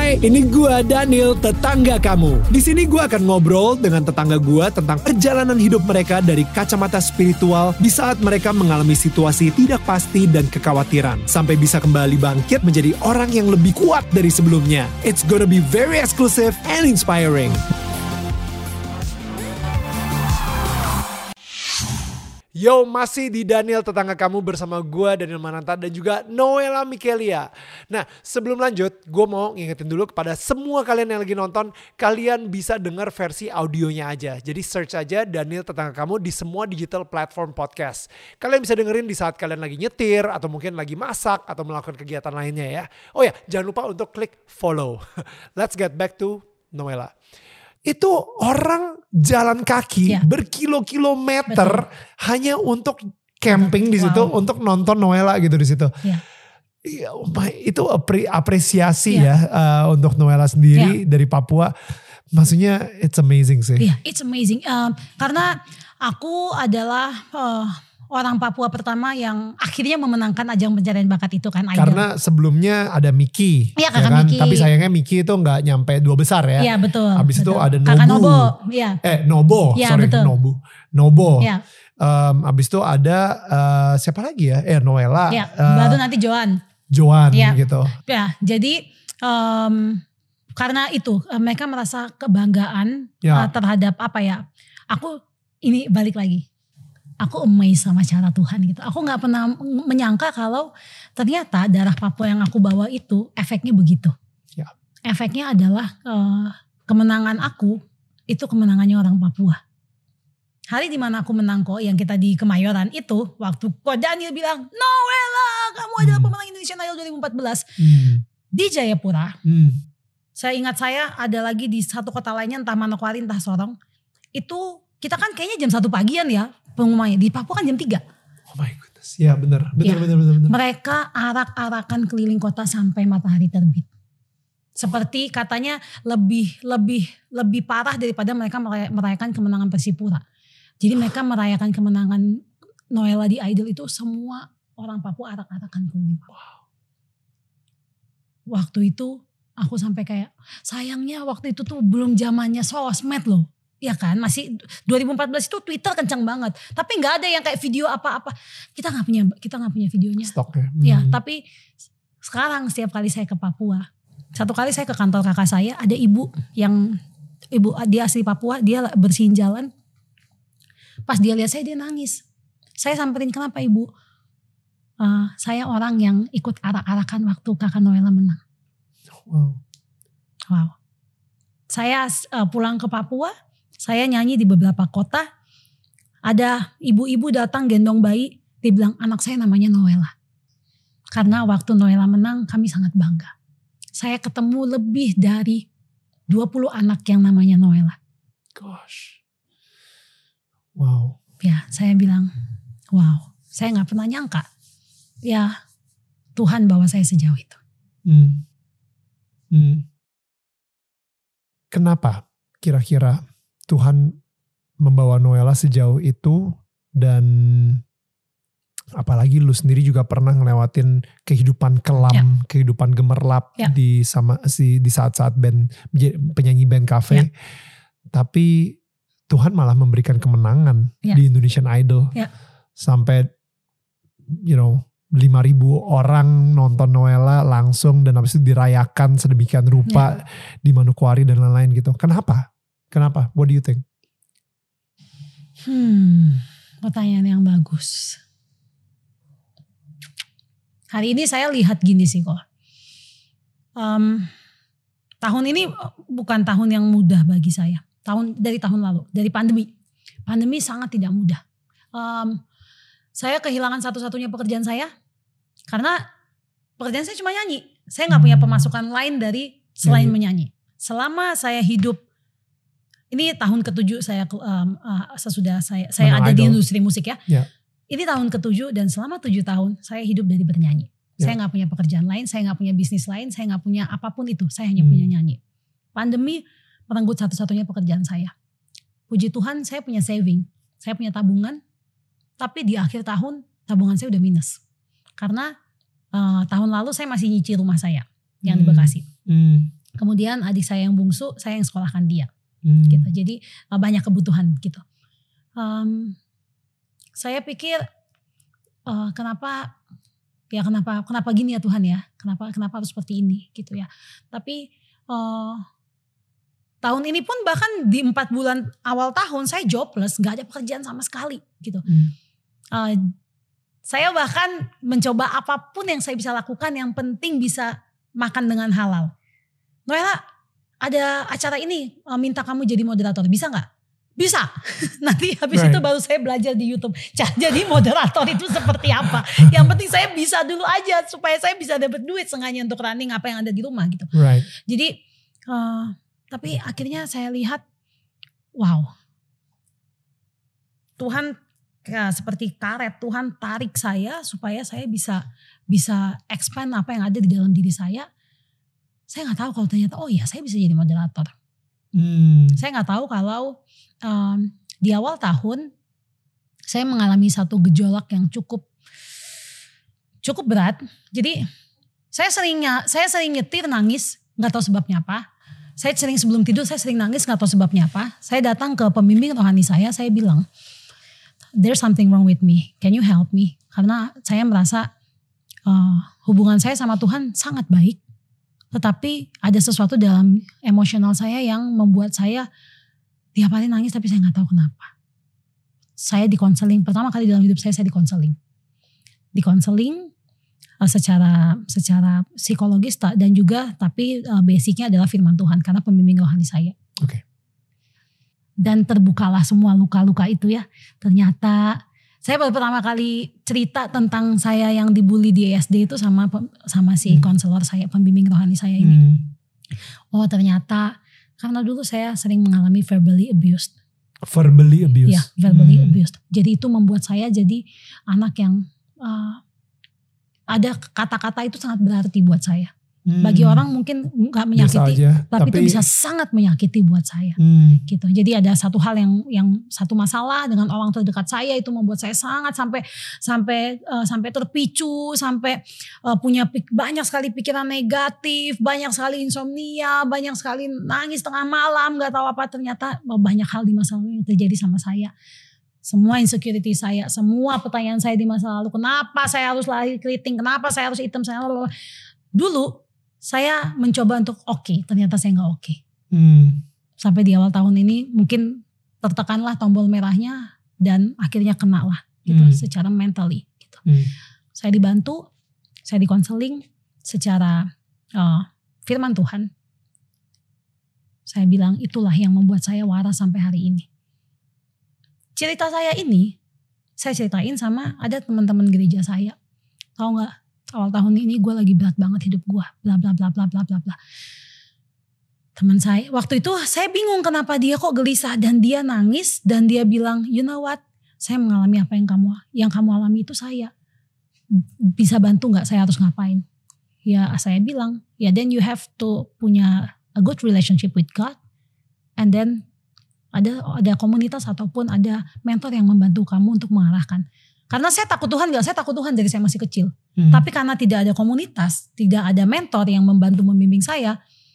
Hai, ini gua Daniel, tetangga kamu. Di sini gua akan ngobrol dengan tetangga gua tentang perjalanan hidup mereka dari kacamata spiritual di saat mereka mengalami situasi tidak pasti dan kekhawatiran, sampai bisa kembali bangkit menjadi orang yang lebih kuat dari sebelumnya. It's gonna be very exclusive and inspiring. Yo, masih di Daniel Tetangga Kamu bersama gue Daniel Mananta dan juga Noella Mikelia. Nah, sebelum lanjut, gue mau ngingetin dulu kepada semua kalian yang lagi nonton, kalian bisa dengar versi audionya aja. Jadi search aja Daniel Tetangga Kamu di semua digital platform podcast. Kalian bisa dengerin di saat kalian lagi nyetir atau mungkin lagi masak atau melakukan kegiatan lainnya ya. Oh ya, jangan lupa untuk klik follow. Let's get back to Noella. Itu orang jalan kaki berkilo-kilometer hanya untuk camping di situ, untuk nonton Noella gitu di situ. Itu apresiasi untuk Noella sendiri dari Papua. Maksudnya it's amazing sih. It's amazing. Karena aku adalah orang Papua pertama yang akhirnya memenangkan ajang pencarian bakat itu kan. Idol. Karena sebelumnya ada Miki. Iya, kakak Miki. Tapi sayangnya Miki itu gak nyampe 2 besar ya. Iya betul. Habis itu ada Nobu. Kakak Nobo. Iya. Nobo. Ya, Sorry, betul. Nobo. Iya. Habis itu ada siapa lagi ya? Noella. Iya, baru nanti Joan gitu. Ya, jadi karena itu mereka merasa kebanggaan terhadap apa ya. Aku ini balik lagi. Aku amazed sama cara Tuhan gitu. Aku gak pernah menyangka kalau ternyata darah Papua yang aku bawa itu efeknya begitu. Ya. Efeknya adalah kemenangan aku itu kemenangannya orang Papua. Hari dimana aku menang kok yang kita di Kemayoran itu waktu kok Daniel bilang Noella kamu adalah pemenang Indonesian Idol 2014 di Jayapura. Saya ingat saya ada lagi di satu kota lainnya entah Manokwari entah Sorong. Itu kita kan kayaknya jam 1 pagian ya pengumumannya. Di Papua kan jam 3. Oh my goodness. Ya benar. Mereka arak-arakan keliling kota sampai matahari terbit. Seperti katanya lebih parah daripada mereka merayakan kemenangan Persipura. Jadi mereka merayakan kemenangan Noella di Idol itu semua orang Papua arak-arakan keliling. Waktu itu aku sampai kayak sayangnya waktu itu tuh belum zamannya sosmed loh. Ya kan masih 2014 itu Twitter kencang banget. Tapi gak ada yang kayak video apa-apa. Kita gak punya videonya. Stok ya. Ya tapi sekarang setiap kali saya ke Papua. Satu kali saya ke kantor kakak saya. Ada ibu dia asli Papua. Dia bersihin jalan. Pas dia lihat saya dia nangis. Saya samperin kenapa ibu? Saya orang yang ikut arak-arakan waktu kakak Noella menang. Wow. Saya pulang ke Papua. Saya nyanyi di beberapa kota. Ada ibu-ibu datang gendong bayi. Dia bilang anak saya namanya Noella. Karena waktu Noella menang kami sangat bangga. Saya ketemu lebih dari 20 anak yang namanya Noella. Gosh. Wow. Ya saya bilang wow. Saya gak pernah nyangka. Ya Tuhan bawa saya sejauh itu. Kenapa kira-kira Tuhan membawa Noella sejauh itu dan apalagi lu sendiri juga pernah ngelewatin kehidupan kelam, kehidupan gemerlap di saat-saat penyanyi band cafe. Tapi Tuhan malah memberikan kemenangan di Indonesian Idol. Sampai 5.000 orang nonton Noella langsung dan habis itu dirayakan sedemikian rupa di Manokwari dan lain-lain gitu. Kenapa? What do you think? Pertanyaan yang bagus. Hari ini saya lihat gini sih kok. Tahun ini bukan tahun yang mudah bagi saya. Dari tahun lalu, dari pandemi. Pandemi sangat tidak mudah. Saya kehilangan satu-satunya pekerjaan saya. Karena pekerjaan saya cuma nyanyi. Saya gak punya pemasukan lain dari selain menyanyi. Selama saya hidup. Ini tahun ke-7 saya sesudah saya ada di industri musik ya. Ini tahun ke-7 dan selama 7 tahun saya hidup dari bernyanyi. Saya gak punya pekerjaan lain, saya gak punya bisnis lain, saya gak punya apapun itu. Saya hanya punya nyanyi. Pandemi merenggut satu-satunya pekerjaan saya. Puji Tuhan saya punya saving, saya punya tabungan. Tapi di akhir tahun tabungan saya udah minus. Karena tahun lalu saya masih nyicil rumah saya yang di Bekasi. Kemudian adik saya yang bungsu, saya yang sekolahkan dia. Gitu. Jadi banyak kebutuhan gitu. Saya pikir kenapa gini ya Tuhan ya? Kenapa harus seperti ini gitu ya? Tapi tahun ini pun bahkan di 4 bulan awal tahun saya jobless, gak ada pekerjaan sama sekali gitu. Saya bahkan mencoba apapun yang saya bisa lakukan, yang penting bisa makan dengan halal. Noella, ada acara ini, minta kamu jadi moderator, bisa gak? Bisa. Nanti habis itu baru saya belajar di YouTube. Jadi moderator itu seperti apa. Yang penting saya bisa dulu aja, supaya saya bisa dapat duit sengaja untuk running apa yang ada di rumah gitu. Jadi, tapi akhirnya saya lihat, wow, Tuhan seperti karet, Tuhan tarik saya supaya saya bisa expand apa yang ada di dalam diri saya. Saya nggak tahu kalau ternyata saya bisa jadi moderator. Saya nggak tahu kalau di awal tahun saya mengalami satu gejolak yang cukup berat. Jadi saya sering nyetir nangis, nggak tahu sebabnya apa. Saya sering sebelum tidur saya sering nangis, nggak tahu sebabnya apa. Saya datang ke pembimbing rohani saya bilang, there's something wrong with me, can you help me? Karena saya merasa hubungan saya sama Tuhan sangat baik, tetapi ada sesuatu dalam emosional saya yang membuat saya tiap hari nangis, tapi saya nggak tahu kenapa. Saya dikonseling, pertama kali dalam hidup saya dikonseling secara psikologis dan juga tapi basicnya adalah firman Tuhan karena pembimbing rohani saya. Dan terbukalah semua luka-luka itu ya. Ternyata saya baru pertama kali cerita tentang saya yang dibully di ESD itu sama si konselor saya, pembimbing rohani saya ini. Oh ternyata karena dulu saya sering mengalami verbally abused. Ya, verbally abused. Jadi itu membuat saya jadi anak yang ada kata-kata itu sangat berarti buat saya. Bagi orang mungkin gak menyakiti, tapi itu bisa sangat menyakiti buat saya. Gitu. Jadi ada satu hal yang satu masalah dengan orang terdekat saya itu membuat saya sangat sampai terpicu, sampai punya banyak sekali pikiran negatif, banyak sekali insomnia, banyak sekali nangis tengah malam, gak tahu apa, ternyata banyak hal di masa lalu yang terjadi sama saya. Semua insecurity saya, semua pertanyaan saya di masa lalu, kenapa saya harus lahir keriting, kenapa saya harus hitam, dulu saya mencoba untuk ternyata saya gak oke. Sampai di awal tahun ini mungkin tertekanlah tombol merahnya dan akhirnya kena lah gitu, secara mentally gitu. Saya dibantu, saya dikonseling secara firman Tuhan. Saya bilang itulah yang membuat saya waras sampai hari ini. Cerita saya ini saya ceritain sama ada teman-teman gereja saya. Tahu gak? Awal tahun ini gue lagi berat banget hidup gue, bla bla bla bla bla bla bla. Teman saya waktu itu saya bingung kenapa dia kok gelisah dan dia nangis dan dia bilang, you know what, saya mengalami apa yang kamu alami itu saya bisa bantu nggak? Saya harus ngapain? Ya saya bilang, ya then you have to punya a good relationship with God, and then ada komunitas ataupun ada mentor yang membantu kamu untuk mengarahkan. Karena saya takut Tuhan dari saya masih kecil. Tapi karena tidak ada komunitas, tidak ada mentor yang membantu membimbing saya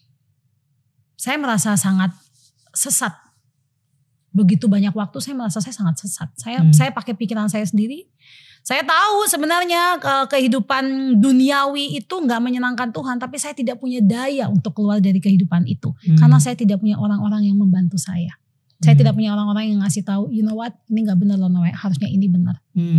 merasa sangat sesat. Begitu banyak waktu saya merasa saya sangat sesat. Saya pakai pikiran saya sendiri. Saya tahu sebenarnya kehidupan duniawi itu gak menyenangkan Tuhan, tapi saya tidak punya daya untuk keluar dari kehidupan itu. Karena saya tidak punya orang-orang yang membantu saya. Saya tidak punya orang-orang yang ngasih tahu, you know what, ini gak benar loh Noe, harusnya ini benar.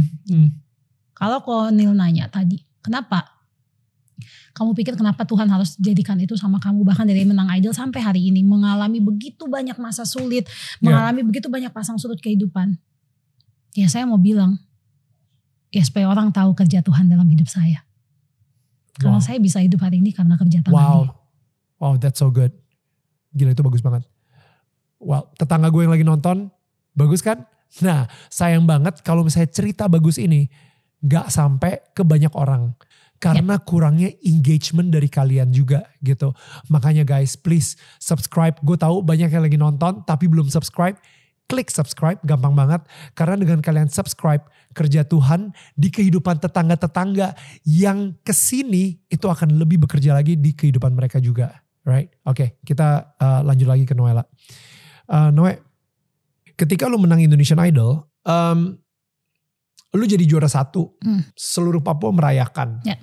Kalau Neil nanya tadi, kenapa? Kamu pikir kenapa Tuhan harus jadikan itu sama kamu? Bahkan dari menang idol sampai hari ini, mengalami begitu banyak masa sulit, mengalami begitu banyak pasang surut kehidupan. Ya saya mau bilang, ya supaya orang tahu kerja Tuhan dalam hidup saya. Karena saya bisa hidup hari ini karena kerja Tuhan. Wow, that's so good. Gila itu bagus banget. Wow, tetangga gue yang lagi nonton, bagus kan? Nah, sayang banget kalau misalnya cerita bagus ini gak sampai ke banyak orang. Karena kurangnya engagement dari kalian juga gitu. Makanya guys, please subscribe. Gue tahu banyak yang lagi nonton tapi belum subscribe. Klik subscribe, gampang banget. Karena dengan kalian subscribe, kerja Tuhan di kehidupan tetangga-tetangga yang kesini itu akan lebih bekerja lagi di kehidupan mereka juga. right? Oke, kita lanjut lagi ke Noella. Noe, ketika lu menang Indonesian Idol, lu jadi juara 1, seluruh Papua merayakan. Ya.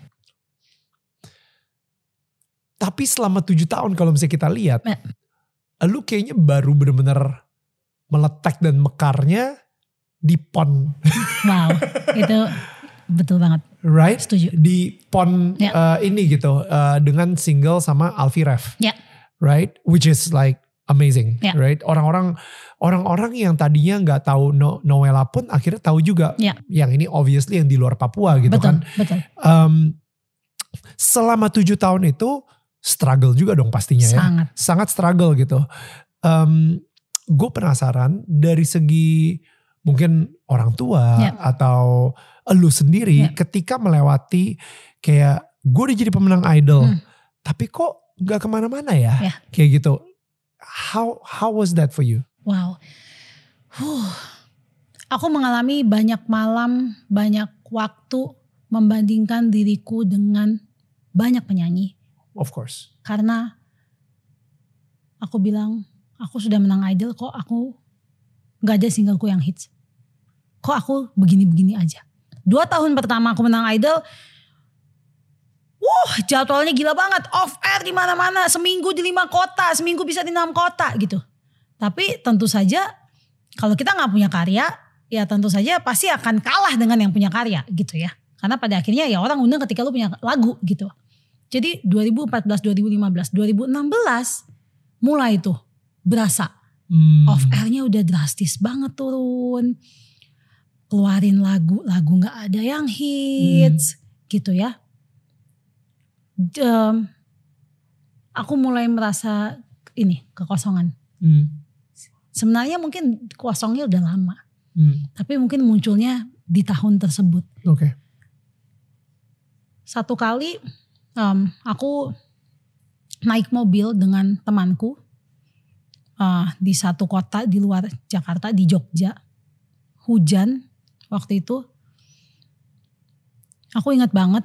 Tapi selama 7 tahun kalau misalnya kita lihat, lu kayaknya baru benar-benar meletak dan mekarnya di PON. Wow, itu betul banget. Right? Setuju. Di PON ini gitu, dengan single sama Alfie Rev. Ya. Right? Which is like amazing, right? Orang-orang yang tadinya nggak tahu Noella pun akhirnya tahu juga. Yang ini obviously yang di luar Papua gitu, betul, kan. Betul. Selama 7 tahun itu struggle juga dong pastinya. Sangat struggle gitu. Gue penasaran dari segi mungkin orang tua atau lu sendiri ketika melewati kayak gue udah jadi pemenang Idol, tapi kok nggak kemana-mana ya, kayak gitu. How was that for you? Wow, aku mengalami banyak malam, banyak waktu membandingkan diriku dengan banyak penyanyi. Of course. Karena aku bilang, aku sudah menang Idol, kok aku gak ada singleku yang hits. Kok aku begini-begini aja. 2 tahun pertama aku menang Idol, jadwalnya gila banget, off air di mana-mana, seminggu di 5 kota, seminggu bisa di 6 kota gitu. Tapi tentu saja kalau kita gak punya karya, ya tentu saja pasti akan kalah dengan yang punya karya gitu ya. Karena pada akhirnya ya orang undang ketika lu punya lagu gitu. Jadi 2014, 2015, 2016 mulai tuh berasa off airnya udah drastis banget turun. Keluarin lagu gak ada yang hits gitu ya. Aku mulai merasa ini kekosongan. Sebenarnya mungkin kosongnya udah lama, tapi mungkin munculnya di tahun tersebut. Okay. Satu kali aku naik mobil dengan temanku di satu kota di luar Jakarta, di Jogja, hujan waktu itu. Aku ingat banget.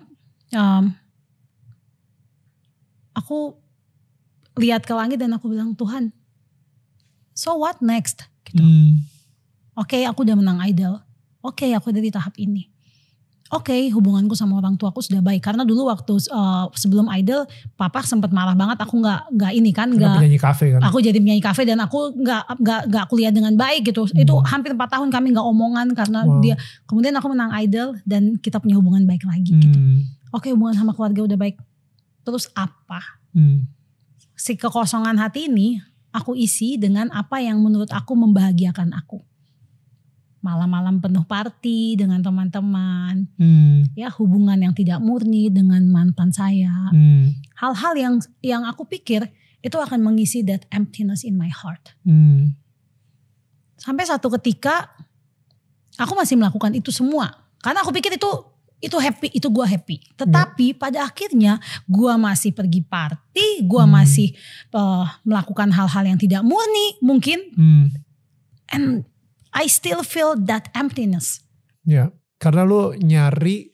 Aku lihat ke langit dan aku bilang, Tuhan, so what next? Gitu. Oke, aku udah menang Idol. Oke, aku ada di tahap ini. Oke, hubunganku sama orang tuaku sudah baik. Karena dulu waktu sebelum Idol, papa sempat marah banget. Aku nggak ini kan, penyanyi kafe kan. Aku jadi penyanyi kafe dan aku nggak kuliah dengan baik gitu. Itu hampir 4 tahun kami nggak omongan karena dia. Kemudian aku menang Idol dan kita punya hubungan baik lagi gitu. Oke, hubungan sama keluarga udah baik. Terus apa? Si kekosongan hati ini aku isi dengan apa yang menurut aku membahagiakan aku. Malam-malam penuh party dengan teman-teman. Ya, hubungan yang tidak murni dengan mantan saya. Hal-hal yang aku pikir itu akan mengisi that emptiness in my heart. Sampai satu ketika aku masih melakukan itu semua. Karena aku pikir itu happy, itu gue happy. Tetapi pada akhirnya gue masih pergi party, gue masih melakukan hal-hal yang tidak murni mungkin. And I still feel that emptiness. Ya, karena lu nyari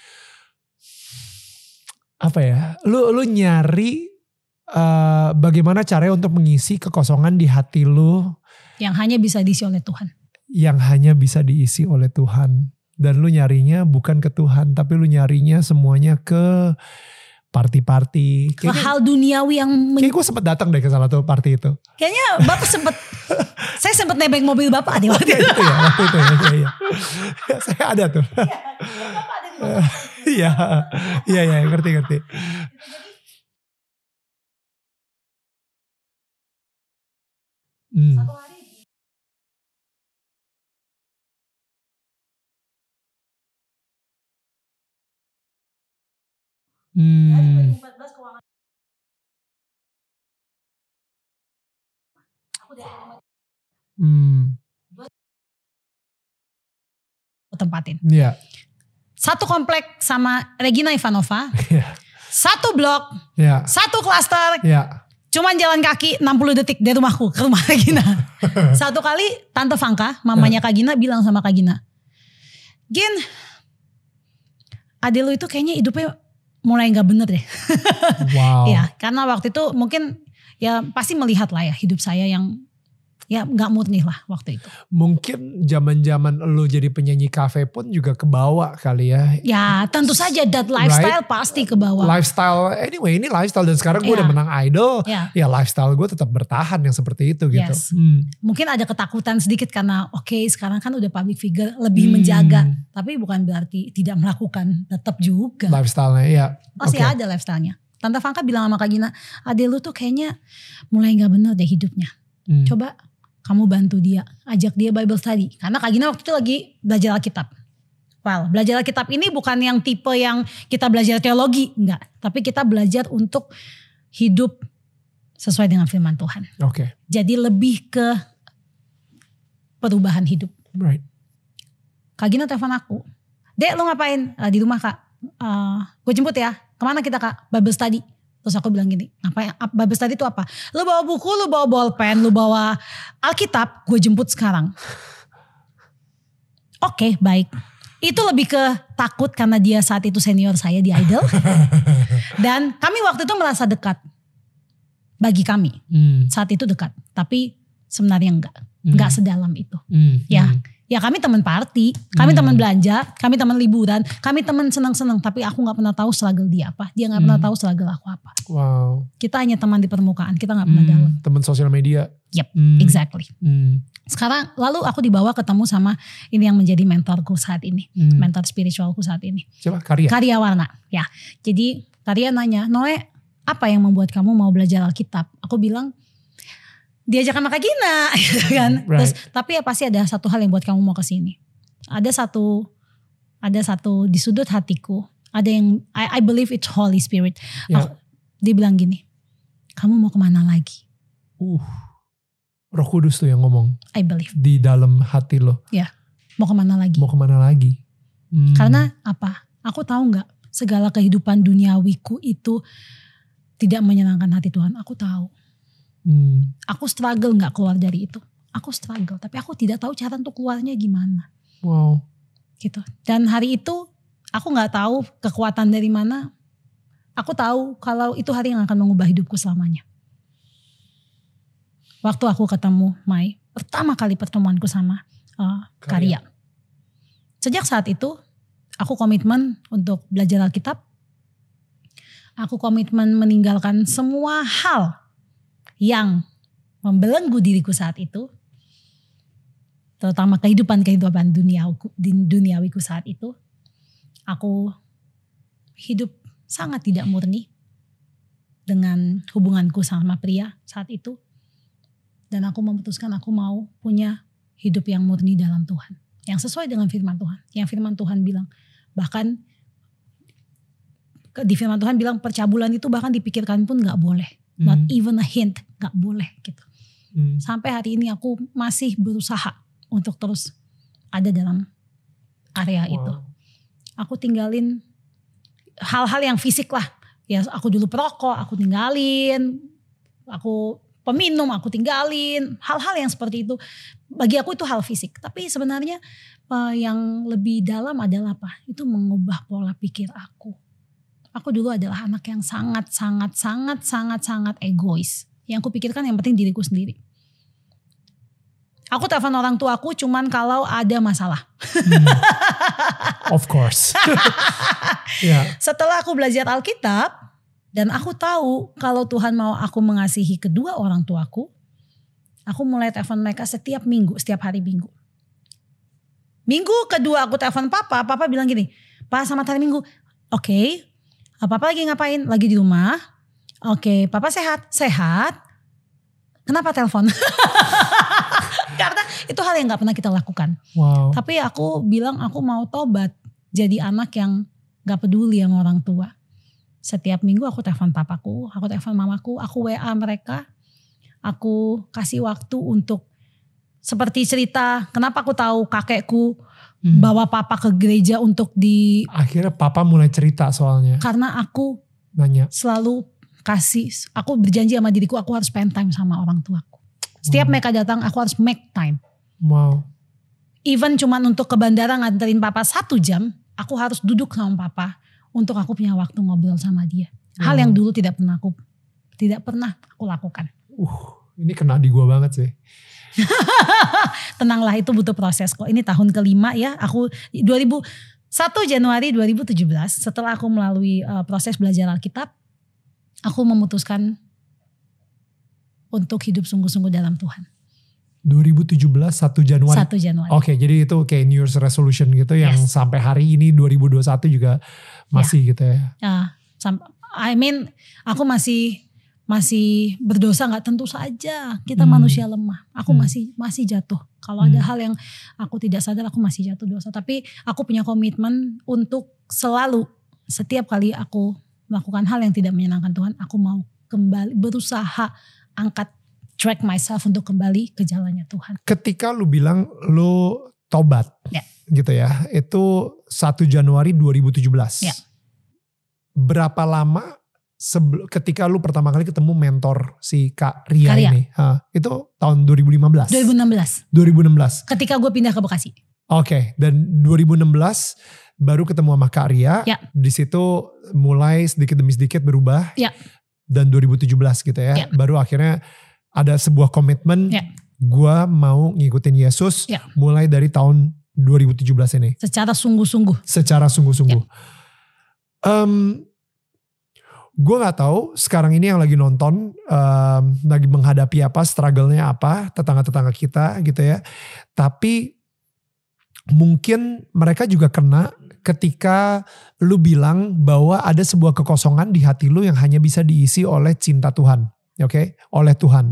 apa ya? Lu nyari bagaimana caranya untuk mengisi kekosongan di hati lu yang hanya bisa diisi oleh Tuhan. Yang hanya bisa diisi oleh Tuhan. Dan lu nyarinya bukan ke Tuhan, tapi lu nyarinya semuanya ke party-party. Ke hal duniawi yang... Kayaknya gue sempet datang deh ke salah satu party itu. Kayaknya Bapak saya sempet nebeng mobil Bapak di waktu itu. Waktu itu ya. Saya ada tuh. Iya, ngerti. Satu hari. Dari 2014 keuangan. Aku tempatin. Iya. Satu komplek sama Regina Ivanova. Iya. Satu blok. Iya. Satu klaster. Iya. Cuman jalan kaki 60 detik dari rumahku ke rumah Kak Gina. Satu kali Tante Vanka, mamanya Kak Gina bilang sama Kak Gina, Gin, adek lu itu kayaknya hidupnya mulai gak bener deh. Wow. Ya, karena waktu itu mungkin ya pasti melihat lah ya hidup saya yang ya gak murni lah waktu itu. Mungkin zaman-zaman lo jadi penyanyi kafe pun juga kebawa kali ya. Ya tentu saja that lifestyle pasti kebawa. Lifestyle, anyway ini lifestyle dan sekarang gue udah menang Idol. Ya lifestyle gue tetap bertahan yang seperti itu gitu. Yes. Mungkin ada ketakutan sedikit karena sekarang kan udah public figure lebih menjaga. Tapi bukan berarti tidak melakukan, tetap juga. Lifestyle-nya ya. Pasti ada lifestyle-nya. Tante Vanka bilang sama Kak Gina, adek lu tuh kayaknya mulai gak bener deh hidupnya. Coba kamu bantu dia, ajak dia Bible study. Karena Kak Gina waktu itu lagi belajar Alkitab. Well, belajar Alkitab ini bukan yang tipe yang kita belajar teologi, enggak. Tapi kita belajar untuk hidup sesuai dengan firman Tuhan. Oke. Jadi lebih ke perubahan hidup. Right. Kak Gina telepon aku, Dek lu ngapain? Di rumah Kak. Gue jemput ya. Kemana kita Kak? Bible study. Terus aku bilang gini, ngapain? Bible study itu apa? Lu bawa buku, lu bawa bolpen, lu bawa Alkitab, gue jemput sekarang. Oke, baik. Itu lebih ke takut karena dia saat itu senior saya di Idol. Dan kami waktu itu merasa dekat. Bagi kami. Saat itu dekat. Tapi sebenarnya enggak sedalam itu. Ya kami teman party, kami teman belanja, kami teman liburan, kami teman senang-senang. Tapi aku gak pernah tahu struggle dia apa. Dia gak pernah tahu struggle aku apa. Wow. Kita hanya teman di permukaan, kita gak pernah dalam. Teman sosial media. Yep, exactly. Sekarang lalu aku dibawa ketemu sama ini yang menjadi mentorku saat ini. Mentor spiritualku saat ini. Siapa? Karya Warna. Ya. Jadi Karya nanya, Noe apa yang membuat kamu mau belajar Alkitab? Aku bilang, diajak sama Kak Gina gitu kan. Right. Terus tapi ya pasti ada satu hal yang buat kamu mau kesini. Ada satu di sudut hatiku. Ada yang I believe it's Holy Spirit. Yeah. Dia bilang gini, kamu mau kemana lagi? Roh Kudus tuh yang ngomong. I believe. Di dalam hati lo. Ya. Mau kemana lagi? Mau kemana lagi? Karena apa? Aku tahu nggak segala kehidupan duniawiku itu tidak menyenangkan hati Tuhan. Aku tahu. Aku struggle gak keluar dari itu. Aku struggle. Tapi aku tidak tahu cara untuk keluarnya gimana. Wow. Gitu. Dan hari itu aku gak tahu kekuatan dari mana. Aku tahu kalau itu hari yang akan mengubah hidupku selamanya. Waktu aku ketemu Mai. Pertama kali pertemuanku sama Karya. Sejak saat itu aku komitmen untuk belajar Alkitab. Aku komitmen meninggalkan semua hal yang membelenggu diriku saat itu, terutama kehidupan duniawiku saat itu. Aku hidup sangat tidak murni dengan hubunganku sama pria saat itu, dan aku memutuskan aku mau punya hidup yang murni dalam Tuhan, yang sesuai dengan firman Tuhan. Yang firman Tuhan bilang, bahkan di firman Tuhan bilang percabulan itu bahkan dipikirkan pun gak boleh. Not even a hint, gak boleh gitu. Sampai hari ini aku masih berusaha untuk terus ada dalam area itu. Aku tinggalin hal-hal yang fisik lah. Ya aku dulu perokok, aku tinggalin. Aku peminum, aku tinggalin. Hal-hal yang seperti itu. Bagi aku itu hal fisik. Tapi sebenarnya yang lebih dalam adalah apa? Itu mengubah pola pikir aku. Aku dulu adalah anak yang sangat egois. Yang aku pikirkan yang penting diriku sendiri. Aku telepon orang tuaku cuman kalau ada masalah. Of course. Yeah. Setelah aku belajar Alkitab dan aku tahu kalau Tuhan mau aku mengasihi kedua orang tuaku, aku mulai telepon mereka setiap minggu, setiap hari Minggu. Minggu kedua aku telepon Papa bilang gini, "Pak, selamat hari Minggu." Oke. Papa lagi ngapain? Lagi di rumah. Oke, Papa sehat? Sehat. Kenapa telepon? Karena itu hal yang gak pernah kita lakukan. Wow. Tapi aku bilang aku mau tobat. Jadi anak yang gak peduli sama orang tua. Setiap minggu aku telepon papaku, aku telepon mamaku, aku WA mereka. Aku kasih waktu untuk seperti cerita kenapa aku tahu kakekku bawa papa ke gereja untuk akhirnya papa mulai cerita soalnya. Karena aku nanya. Selalu aku berjanji sama diriku aku harus spend time sama orang tuaku. Setiap mereka datang aku harus make time. Wow. Even cuman untuk ke bandara nganterin papa 1 jam, aku harus duduk sama papa untuk aku punya waktu ngobrol sama dia. Hal yang dulu tidak pernah aku lakukan. Ini kena di gua banget sih. Tenanglah, itu butuh proses kok. Ini tahun kelima ya. Aku 1 Januari 2017 setelah aku melalui proses belajar Alkitab, aku memutuskan untuk hidup sungguh-sungguh dalam Tuhan. 2017 1 Januari. 1 Januari. Oke, jadi itu kayak New Year's resolution gitu yang sampai hari ini 2021 juga masih gitu ya. Aku masih berdosa, nggak, tentu saja kita manusia lemah. Aku masih jatuh. Kalau ada hal yang aku tidak sadar, aku masih jatuh dosa. Tapi aku punya komitmen untuk selalu, setiap kali aku melakukan hal yang tidak menyenangkan Tuhan, aku mau kembali berusaha angkat track myself untuk kembali ke jalannya Tuhan. Ketika lu bilang lu tobat, gitu ya, itu 1 Januari 2017. Berapa lama ketika lu pertama kali ketemu mentor si Kak Ria ini? Itu tahun 2015? 2016. Ketika gue pindah ke Bekasi. Oke, dan 2016 baru ketemu sama Kak Ria. Di situ mulai sedikit demi sedikit berubah. Dan 2017 gitu ya. Baru akhirnya ada sebuah komitmen, gue mau ngikutin Yesus mulai dari tahun 2017 ini. Secara sungguh-sungguh. Gue gak tahu sekarang ini yang lagi nonton, lagi menghadapi apa, struggle-nya apa, tetangga-tetangga kita gitu ya. Tapi mungkin mereka juga kena ketika lu bilang bahwa ada sebuah kekosongan di hati lu yang hanya bisa diisi oleh cinta Tuhan. Oke, oleh Tuhan.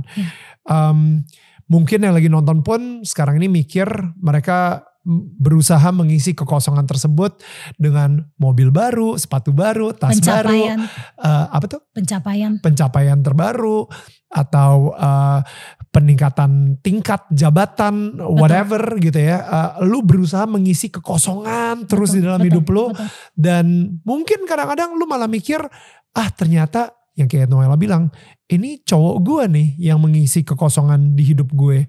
Mungkin yang lagi nonton pun sekarang ini mikir mereka berusaha mengisi kekosongan tersebut dengan mobil baru, sepatu baru, tas baru, apa tuh? Pencapaian terbaru atau peningkatan tingkat jabatan, whatever gitu ya. Lu berusaha mengisi kekosongan terus di dalam hidup lu, dan mungkin kadang-kadang lu malah mikir, ternyata yang kayak Noella bilang, ini cowok gue nih yang mengisi kekosongan di hidup gue.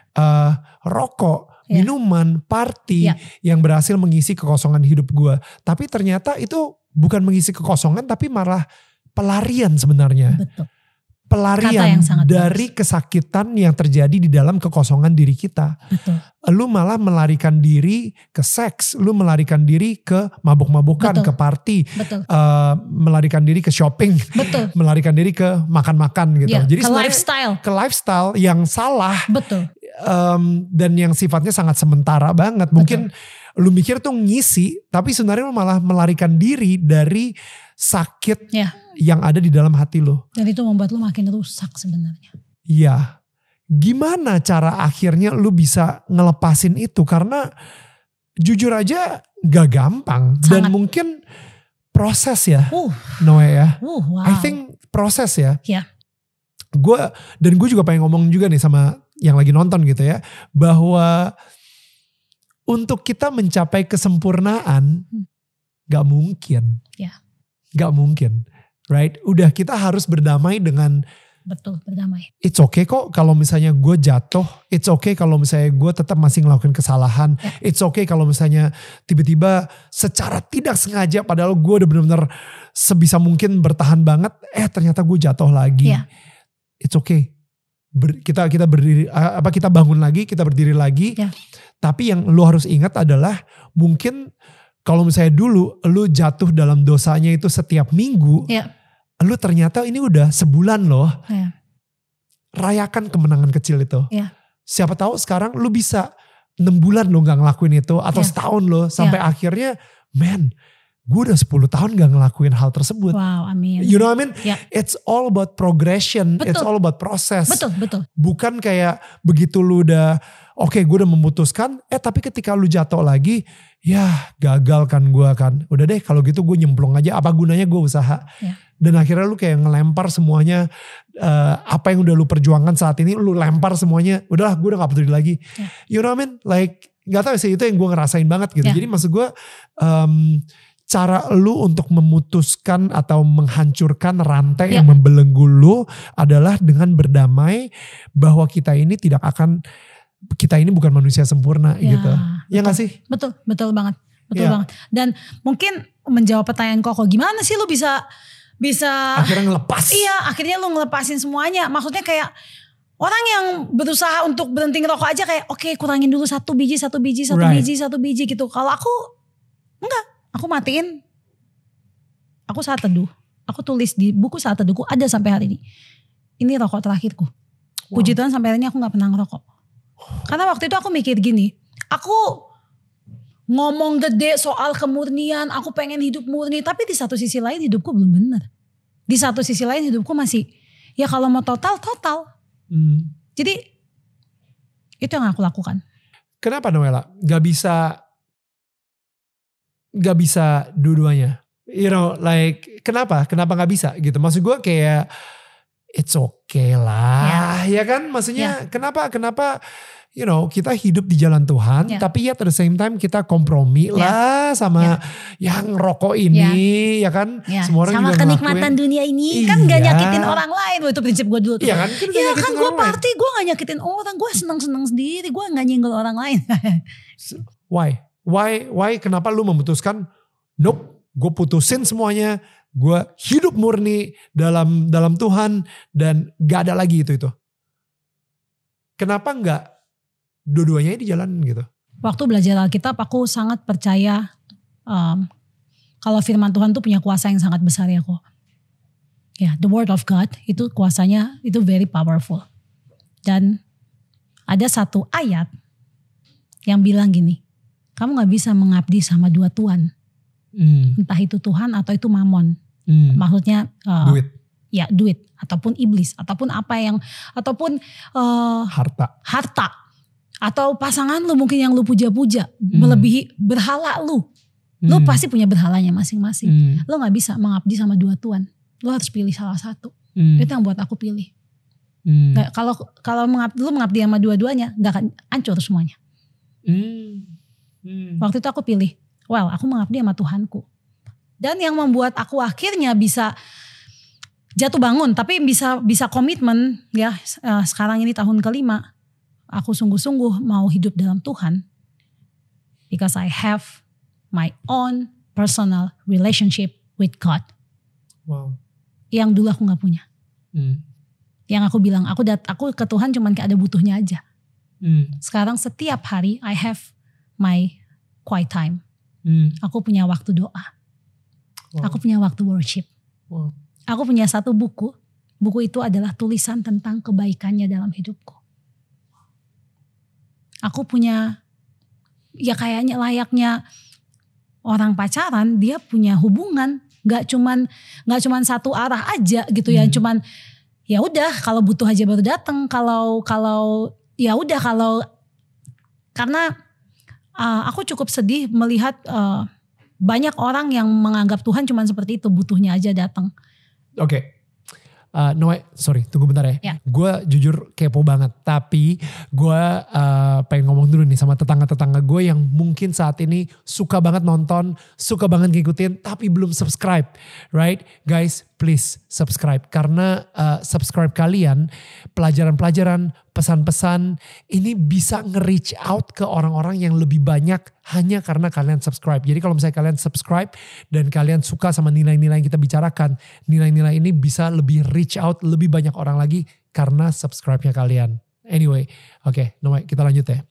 Rokok, minuman, party yang berhasil mengisi kekosongan hidup gue. Tapi ternyata itu bukan mengisi kekosongan, tapi malah pelarian sebenarnya. Betul. Pelarian dari kesakitan yang terjadi di dalam kekosongan diri kita. Betul. Lu malah melarikan diri ke seks, lu melarikan diri ke mabuk-mabukan, ke party, melarikan diri ke shopping, melarikan diri ke makan-makan gitu. Jadi ke lifestyle yang salah. Betul. Dan yang sifatnya sangat sementara banget. Mungkin lu mikir tuh ngisi, tapi sebenarnya lu malah melarikan diri dari sakit yang ada di dalam hati lu. Dan itu membuat lu makin rusak sebenarnya. Iya. Gimana cara akhirnya lu bisa ngelepasin itu? Karena jujur aja gak gampang. Dan mungkin proses ya, Noe ya. Wow. I think proses ya. Gue juga pengen ngomong juga nih sama yang lagi nonton gitu ya. Bahwa untuk kita mencapai kesempurnaan gak mungkin. Gak mungkin, right? Udah, kita harus berdamai dengan. Betul, berdamai. It's okay kok kalau misalnya gue jatuh. It's okay kalau misalnya gue tetap masih ngelakuin kesalahan. It's okay kalau misalnya tiba-tiba secara tidak sengaja, padahal gue udah benar-benar sebisa mungkin bertahan banget, ternyata gue jatuh lagi. It's okay. Kita berdiri, kita bangun lagi, kita berdiri lagi. Tapi yang lu harus ingat adalah, mungkin kalau misalnya dulu lu jatuh dalam dosanya itu setiap minggu, lu ternyata ini udah sebulan loh. Rayakan kemenangan kecil itu. Siapa tahu sekarang lu bisa 6 bulan lo gak ngelakuin itu, atau setahun lo, sampai akhirnya, gue udah 10 tahun gak ngelakuin hal tersebut. Wow, amin. You know what I mean? It's all about progression. It's all about proses. Betul. Bukan kayak begitu lu udah, gue udah memutuskan, tapi ketika lu jatuh lagi, gagal kan gue kan. Udah deh kalau gitu gue nyemplung aja, apa gunanya gue usaha. Dan akhirnya lu kayak ngelempar semuanya, apa yang udah lu perjuangkan saat ini, lu lempar semuanya, udahlah gue udah gak peduli lagi. You know what I mean? Like, gak tahu sih, itu yang gue ngerasain banget gitu. Jadi maksud gue, cara lu untuk memutuskan atau menghancurkan rantai yang membelenggu lu adalah dengan berdamai bahwa kita ini bukan manusia sempurna gitu. Ya gak sih? Betul banget. Betul banget. Dan mungkin menjawab pertanyaan Koko, gimana sih lu bisa akhirnya ngelepas? Iya, akhirnya lu ngelepasin semuanya. Maksudnya kayak orang yang berusaha untuk berhenti ngerokok aja kayak oke, kurangin dulu satu biji gitu. Kalau aku enggak, aku matiin. Aku saat teduh. Aku tulis di buku saat teduhku ada sampai hari ini. Ini rokok terakhirku. Puji Tuhan sampai hari ini aku gak pernah ngerokok. Karena waktu itu aku mikir gini, aku ngomong gede soal kemurnian, aku pengen hidup murni, tapi di satu sisi lain hidupku belum benar. Di satu sisi lain hidupku masih, ya kalau mau total. Jadi itu yang aku lakukan. Kenapa Noella? Gak bisa dua-duanya? You know, like kenapa gak bisa gitu? Maksud gue kayak it's okay lah, ya kan? Maksudnya kenapa? You know, kita hidup di jalan Tuhan, tapi at the same time kita kompromi lah sama yang rokok ini, ya kan? Semua orang sama juga kenikmatan dunia ini kan gak nyakitin orang lain. Itu prinsip gue dulu tuh. Iya kan gue party, gue gak nyakitin orang, gue seneng-seneng sendiri, gue gak nyenggol orang lain. Why? Kenapa lu memutuskan? Nope, gue putusin semuanya. Gue hidup murni dalam Tuhan dan gak ada lagi itu. Kenapa gak dua-duanya dijalanin gitu? Waktu belajar Alkitab aku sangat percaya kalau firman Tuhan tuh punya kuasa yang sangat besar ya kok. Ya, the word of God itu kuasanya itu very powerful. Dan ada satu ayat yang bilang gini, kamu gak bisa mengabdi sama dua tuan. Entah itu Tuhan atau itu mamon. Maksudnya duit. Ya, duit ataupun iblis ataupun ataupun harta atau pasangan lu mungkin yang lu puja-puja melebihi berhala lu. Lu pasti punya berhalanya masing-masing. Lu gak bisa mengabdi sama dua tuan. Lu harus pilih salah satu. Itu yang buat aku pilih. Kalau lu mengabdi sama dua-duanya gak akan hancur semuanya. Waktu itu aku pilih, aku mengabdi sama Tuhanku. Dan yang membuat aku akhirnya bisa jatuh bangun, tapi bisa komitmen ya. Sekarang ini tahun kelima, aku sungguh-sungguh mau hidup dalam Tuhan. Because I have my own personal relationship with God. Wow. Yang dulu aku gak punya. Yang aku bilang, aku ke Tuhan cuman kayak ada butuhnya aja. Sekarang setiap hari I have my quiet time. Aku punya waktu doa. Aku punya waktu worship. Aku punya satu buku. Buku itu adalah tulisan tentang kebaikannya dalam hidupku. Aku punya, ya kayaknya layaknya orang pacaran, dia punya hubungan, nggak cuman satu arah aja gitu ya, cuman ya udah kalau butuh aja baru datang, kalau ya udah karena aku cukup sedih melihat banyak orang yang menganggap Tuhan cuman seperti itu, butuhnya aja datang. Oke. Noe, sorry, tunggu bentar ya. Gue jujur kepo banget, tapi gue pengen ngomong dulu nih sama tetangga-tetangga gue yang mungkin saat ini suka banget nonton, suka banget ngikutin, tapi belum subscribe, right? Guys, please subscribe, karena subscribe kalian, pelajaran-pelajaran, pesan-pesan ini bisa nge-reach out ke orang-orang yang lebih banyak hanya karena kalian subscribe. Jadi kalau misalnya kalian subscribe dan kalian suka sama nilai-nilai yang kita bicarakan, nilai-nilai ini bisa lebih reach out lebih banyak orang lagi karena subscribe-nya kalian. Anyway, oke, Noe, kita lanjut ya.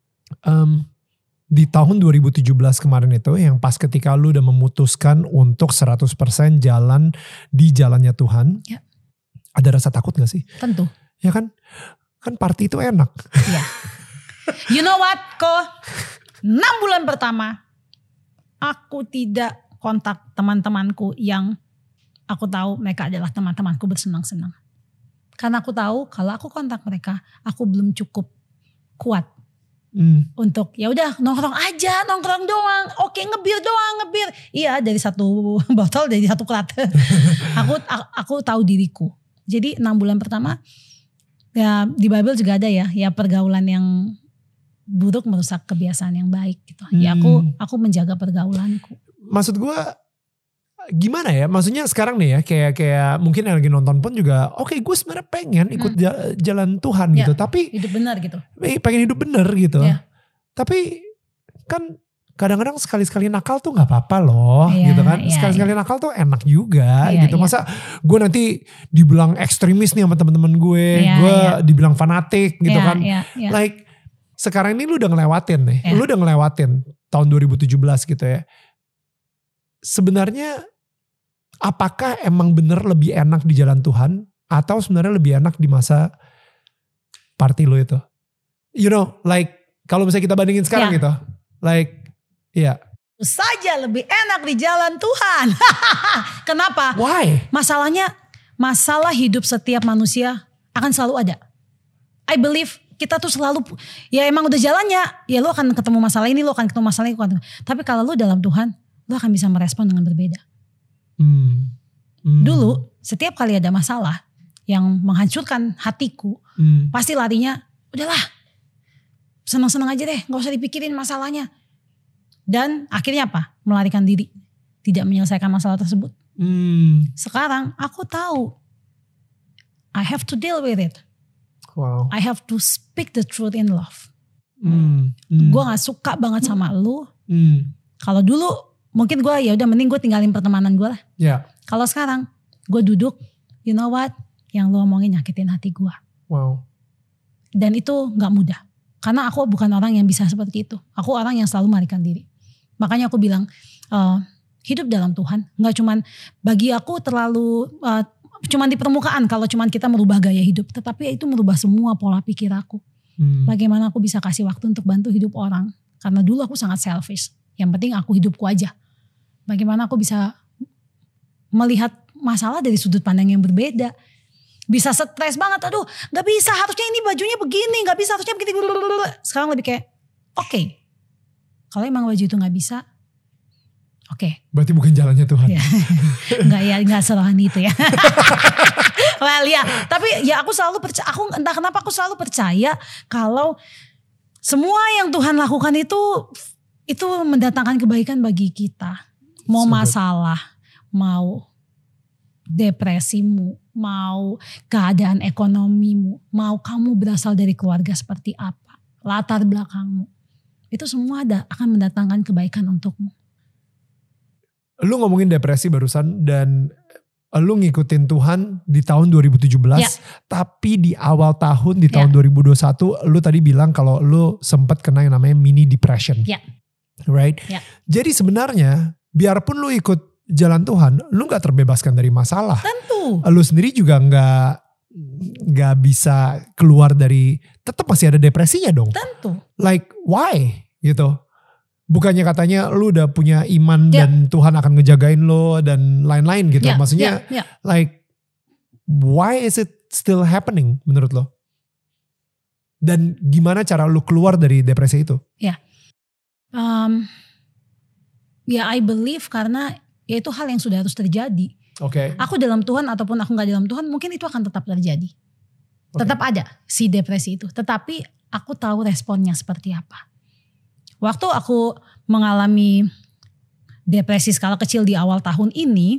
Di tahun 2017 kemarin itu yang pas ketika lu udah memutuskan untuk 100% jalan di jalannya Tuhan, ada rasa takut gak sih? Tentu. Ya kan party itu enak. Iya. You know what, Ko? 6 bulan pertama aku tidak kontak teman-temanku yang aku tahu mereka adalah teman-temanku bersenang-senang. Karena aku tahu kalau aku kontak mereka, aku belum cukup kuat untuk ya udah nongkrong doang. Oke, ngebir doang. Iya, dari satu botol dari satu kelat. aku tahu diriku. Jadi 6 bulan pertama ya di Bible juga ada ya pergaulan yang buruk merusak kebiasaan yang baik gitu. Ya aku menjaga pergaulanku. Maksud gue gimana ya? Maksudnya sekarang nih ya kayak mungkin yang lagi nonton pun juga oke, gue sebenarnya pengen ikut jalan Tuhan gitu, tapi hidup benar gitu. Pengen hidup benar gitu. Tapi kan kadang-kadang sekali-sekali nakal tuh gak apa-apa loh gitu kan. Sekali-sekali nakal tuh enak juga gitu. Masa gue nanti dibilang ekstremis nih sama temen-temen gue. Gue dibilang fanatik gitu kan. Like sekarang ini lu udah ngelewatin nih. Lu udah ngelewatin tahun 2017 gitu ya. Sebenarnya apakah emang bener lebih enak di jalan Tuhan. Atau sebenarnya lebih enak di masa party lu itu. You know like kalau misalnya kita bandingin sekarang gitu. Like saja lebih enak di jalan Tuhan. Kenapa? Why? Masalah hidup setiap manusia akan selalu ada. I believe kita tuh selalu, ya emang udah jalannya. Ya lu akan ketemu masalah ini, lu akan ketemu masalah ini. Tapi kalau lu dalam Tuhan, lu akan bisa merespon dengan berbeda. Dulu setiap kali ada masalah yang menghancurkan hatiku, pasti larinya, udahlah senang-senang aja deh, gak usah dipikirin masalahnya. Dan akhirnya apa? Melarikan diri. Tidak menyelesaikan masalah tersebut. Sekarang aku tahu. I have to deal with it. Wow. I have to speak the truth in love. Gue gak suka banget sama lu. Kalau dulu mungkin gue ya udah mending gue tinggalin pertemanan gue lah. Kalau sekarang gue duduk, you know what? Yang lu omongin nyakitin hati gue. Wow. Dan itu gak mudah. Karena aku bukan orang yang bisa seperti itu. Aku orang yang selalu melarikan diri. Makanya aku bilang hidup dalam Tuhan nggak cuman bagi aku terlalu cuman di permukaan kalau cuman kita merubah gaya hidup, tetapi itu merubah semua pola pikir aku. Bagaimana aku bisa kasih waktu untuk bantu hidup orang? Karena dulu aku sangat selfish. Yang penting aku hidupku aja. Bagaimana aku bisa melihat masalah dari sudut pandang yang berbeda? Bisa stres banget, aduh nggak bisa, harusnya ini bajunya begini, nggak bisa harusnya begini. Sekarang lebih kayak oke. Kalau emang baju itu gak bisa, oke. Berarti bukan jalannya Tuhan. Enggak serohani itu ya. Well ya, tapi ya aku selalu percaya, aku entah kenapa aku selalu percaya kalau semua yang Tuhan lakukan itu mendatangkan kebaikan bagi kita. Mau masalah, mau depresimu, mau keadaan ekonomimu, mau kamu berasal dari keluarga seperti apa, latar belakangmu. Itu semua akan mendatangkan kebaikan untukmu. Lu ngomongin depresi barusan dan lu ngikutin Tuhan di tahun 2017. Tapi di awal tahun di tahun 2021 lu tadi bilang kalau lu sempat kena yang namanya mini depression. Right? Jadi sebenarnya biarpun lu ikut jalan Tuhan, lu gak terbebaskan dari masalah. Tentu. Lu sendiri juga gak bisa keluar dari, tetap masih ada depresinya dong. Tentu. Like why gitu? Bukannya katanya lu udah punya iman dan Tuhan akan ngejagain lo dan lain-lain gitu. Maksudnya like why is it still happening menurut lo? Dan gimana cara lu keluar dari depresi itu? I believe karena ya itu hal yang sudah harus terjadi. Aku dalam Tuhan ataupun aku gak dalam Tuhan mungkin itu akan tetap terjadi. Tetap ada si depresi itu. Tetapi aku tahu responnya seperti apa. Waktu aku mengalami depresi skala kecil di awal tahun ini,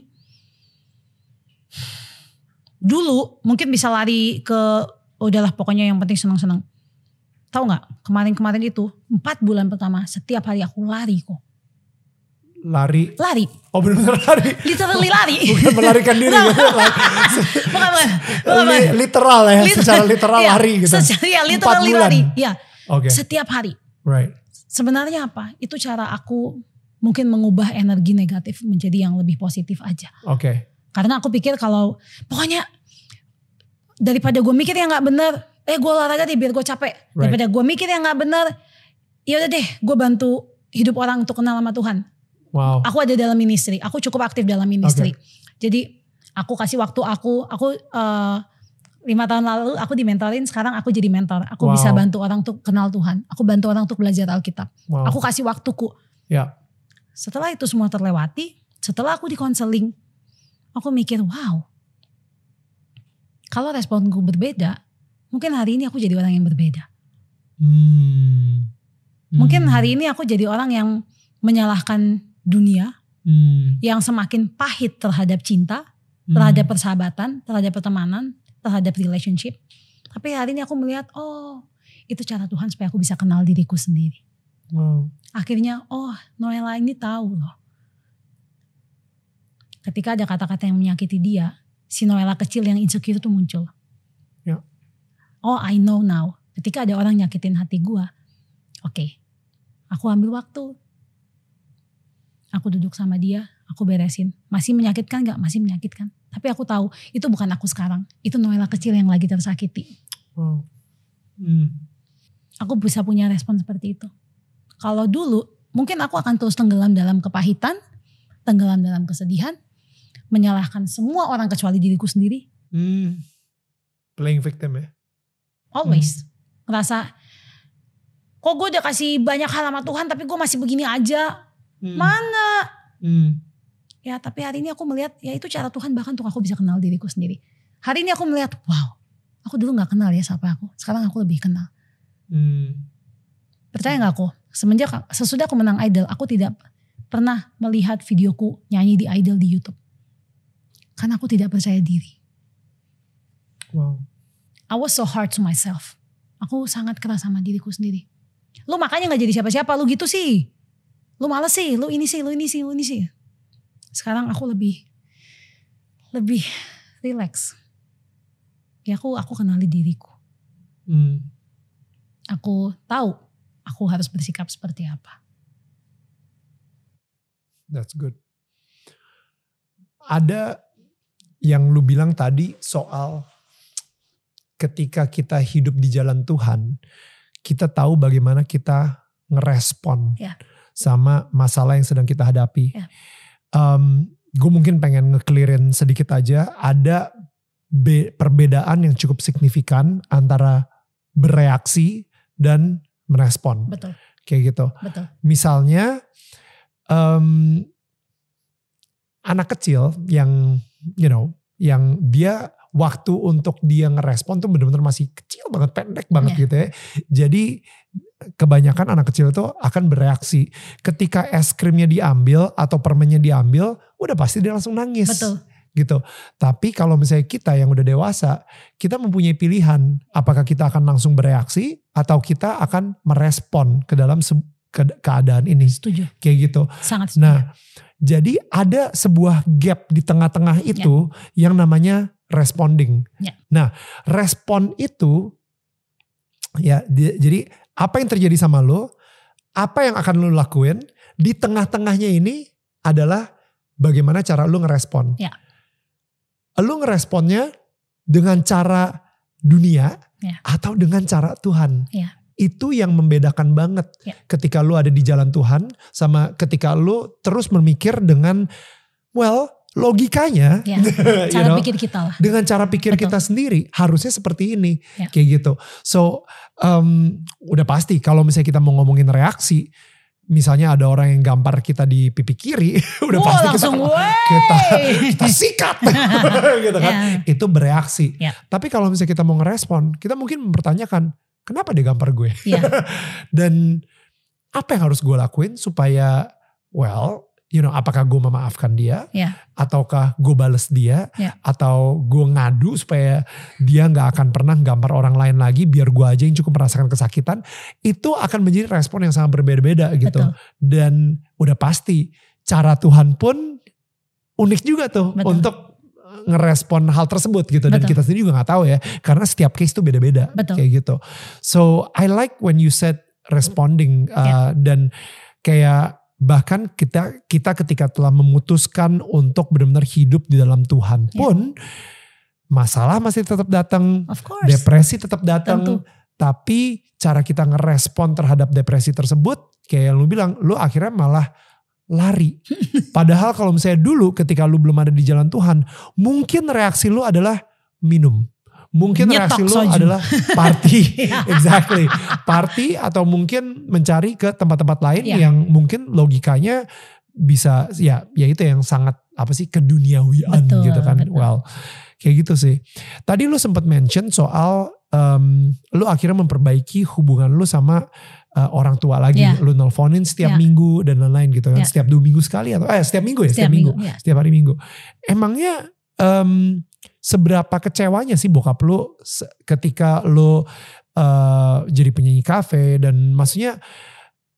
dulu mungkin bisa lari ke udahlah pokoknya yang penting senang-senang. Tahu nggak? Kemarin itu 4 bulan pertama setiap hari aku lari kok. Lari. Oh benar-benar lari. Literally lari. Bukan melarikan diri. Bukan. Literal ya. Secara literal lari gitu. Secara literally lari. Ya. Setiap hari. Right. Sebenarnya apa? Itu cara aku mungkin mengubah energi negatif menjadi yang lebih positif aja. Karena aku pikir kalau pokoknya daripada gue mikir yang gak bener, gue olahraga deh biar gue capek. Daripada gue mikir yang gak bener, ya udah deh gue bantu hidup orang untuk kenal sama Tuhan. Wow. Aku ada dalam ministry, aku cukup aktif dalam ministry. Jadi aku kasih waktu aku 5 tahun lalu aku dimentorin, sekarang aku jadi mentor. Aku bisa bantu orang untuk kenal Tuhan. Aku bantu orang untuk belajar Alkitab. Aku kasih waktuku. Setelah itu semua terlewati, setelah aku di konseling, aku mikir wow. Kalau responku berbeda, mungkin hari ini aku jadi orang yang berbeda. Mungkin hari ini aku jadi orang yang menyalahkan dunia, yang semakin pahit terhadap cinta, terhadap persahabatan, terhadap pertemanan, terhadap relationship. Tapi hari ini aku melihat, oh itu cara Tuhan supaya aku bisa kenal diriku sendiri. Akhirnya, Noella ini tahu loh. Ketika ada kata-kata yang menyakiti dia, si Noella kecil yang insecure itu muncul. Ya. I know now. Ketika ada orang nyakitin hati gue, oke, aku ambil waktu. Aku duduk sama dia, aku beresin. Masih menyakitkan gak? Masih menyakitkan. Tapi aku tahu itu bukan aku sekarang. Itu Noella kecil yang lagi tersakiti. Aku bisa punya respon seperti itu. Kalau dulu mungkin aku akan terus tenggelam dalam kepahitan, tenggelam dalam kesedihan, menyalahkan semua orang kecuali diriku sendiri. Playing victim ya? Always. Ngerasa, kok gue udah kasih banyak hal sama Tuhan tapi gue masih begini aja. Mana? Ya tapi hari ini aku melihat, ya itu cara Tuhan bahkan untuk aku bisa kenal diriku sendiri. Hari ini aku melihat, wow, aku dulu gak kenal ya siapa aku. Sekarang aku lebih kenal. Percaya gak aku? Sesudah aku menang Idol, aku tidak pernah melihat videoku nyanyi di Idol di YouTube. Karena aku tidak percaya diri. Wow. I was so hard to myself. Aku sangat keras sama diriku sendiri. Lu makanya gak jadi siapa-siapa, lu gitu sih. Lu males sih, lu ini sih, lu ini sih, lu ini sih. Sekarang aku lebih relax. Ya aku kenali diriku. Aku tahu aku harus bersikap seperti apa. That's good. Ada yang lu bilang tadi soal ketika kita hidup di jalan Tuhan, kita tahu bagaimana kita ngerespon sama masalah yang sedang kita hadapi. Gue mungkin pengen nge-clearin sedikit aja, ada perbedaan yang cukup signifikan antara bereaksi dan merespon. Betul. Kayak gitu. Betul. Misalnya anak kecil yang yang dia waktu untuk dia ngerespon tuh benar-benar masih kecil banget, pendek banget gitu ya. Jadi kebanyakan anak kecil itu akan bereaksi. Ketika es krimnya diambil atau permennya diambil, udah pasti dia langsung nangis. Betul. Gitu. Tapi kalau misalnya kita yang udah dewasa, kita mempunyai pilihan apakah kita akan langsung bereaksi atau kita akan merespon ke dalam keadaan ini. Setuju. Kayak gitu. Sangat setuju. Nah, jadi ada sebuah gap di tengah-tengah itu yang namanya responding. Nah, respon itu jadi apa yang terjadi sama lo, apa yang akan lo lakuin, di tengah-tengahnya ini adalah bagaimana cara lo ngerespon. Lo ngeresponnya dengan cara dunia atau dengan cara Tuhan. Itu yang membedakan banget ketika lu ada di jalan Tuhan sama ketika lu terus memikir dengan logikanya cara pikir kita lah. Dengan cara pikir kita sendiri harusnya seperti ini kayak gitu. So udah pasti kalau misalnya kita mau ngomongin reaksi, misalnya ada orang yang gampar kita di pipi kiri, udah pasti kita sikat gitu kan. Itu bereaksi. Tapi kalau misalnya kita mau ngerespon, kita mungkin mempertanyakan, kenapa dia gampar gue? Dan apa yang harus gue lakuin supaya apakah gue memaafkan dia? Ataukah gue bales dia? Atau gue ngadu supaya dia gak akan pernah gampar orang lain lagi biar gue aja yang cukup merasakan kesakitan? Itu akan menjadi respon yang sangat berbeda-beda gitu. Dan udah pasti cara Tuhan pun unik juga tuh untuk ngerespon hal tersebut gitu. Dan kita sendiri juga gak tahu ya. Karena setiap case tuh beda-beda. Kayak gitu. So I like when you said responding. Dan kayak bahkan kita ketika telah memutuskan untuk benar-benar hidup di dalam Tuhan pun. Masalah masih tetap datang. Depresi tetap datang. Tapi cara kita ngerespon terhadap depresi tersebut. Kayak yang lu bilang. Lu akhirnya malah lari. Padahal kalau misalnya dulu ketika lu belum ada di jalan Tuhan, mungkin reaksi lu adalah minum. Mungkin reaksi lu adalah party. Exactly. Party atau mungkin mencari ke tempat-tempat lain yang mungkin logikanya bisa ya itu yang sangat keduniawian gitu kan. Kayak gitu sih. Tadi lu sempat mention soal lu akhirnya memperbaiki hubungan lu sama orang tua lagi. Lu nelfonin setiap minggu dan lain-lain gitu kan. Setiap 2 minggu sekali atau setiap minggu ya? Setiap minggu. Setiap hari Minggu. Emangnya seberapa kecewanya sih bokap lu ketika lu jadi penyanyi kafe dan maksudnya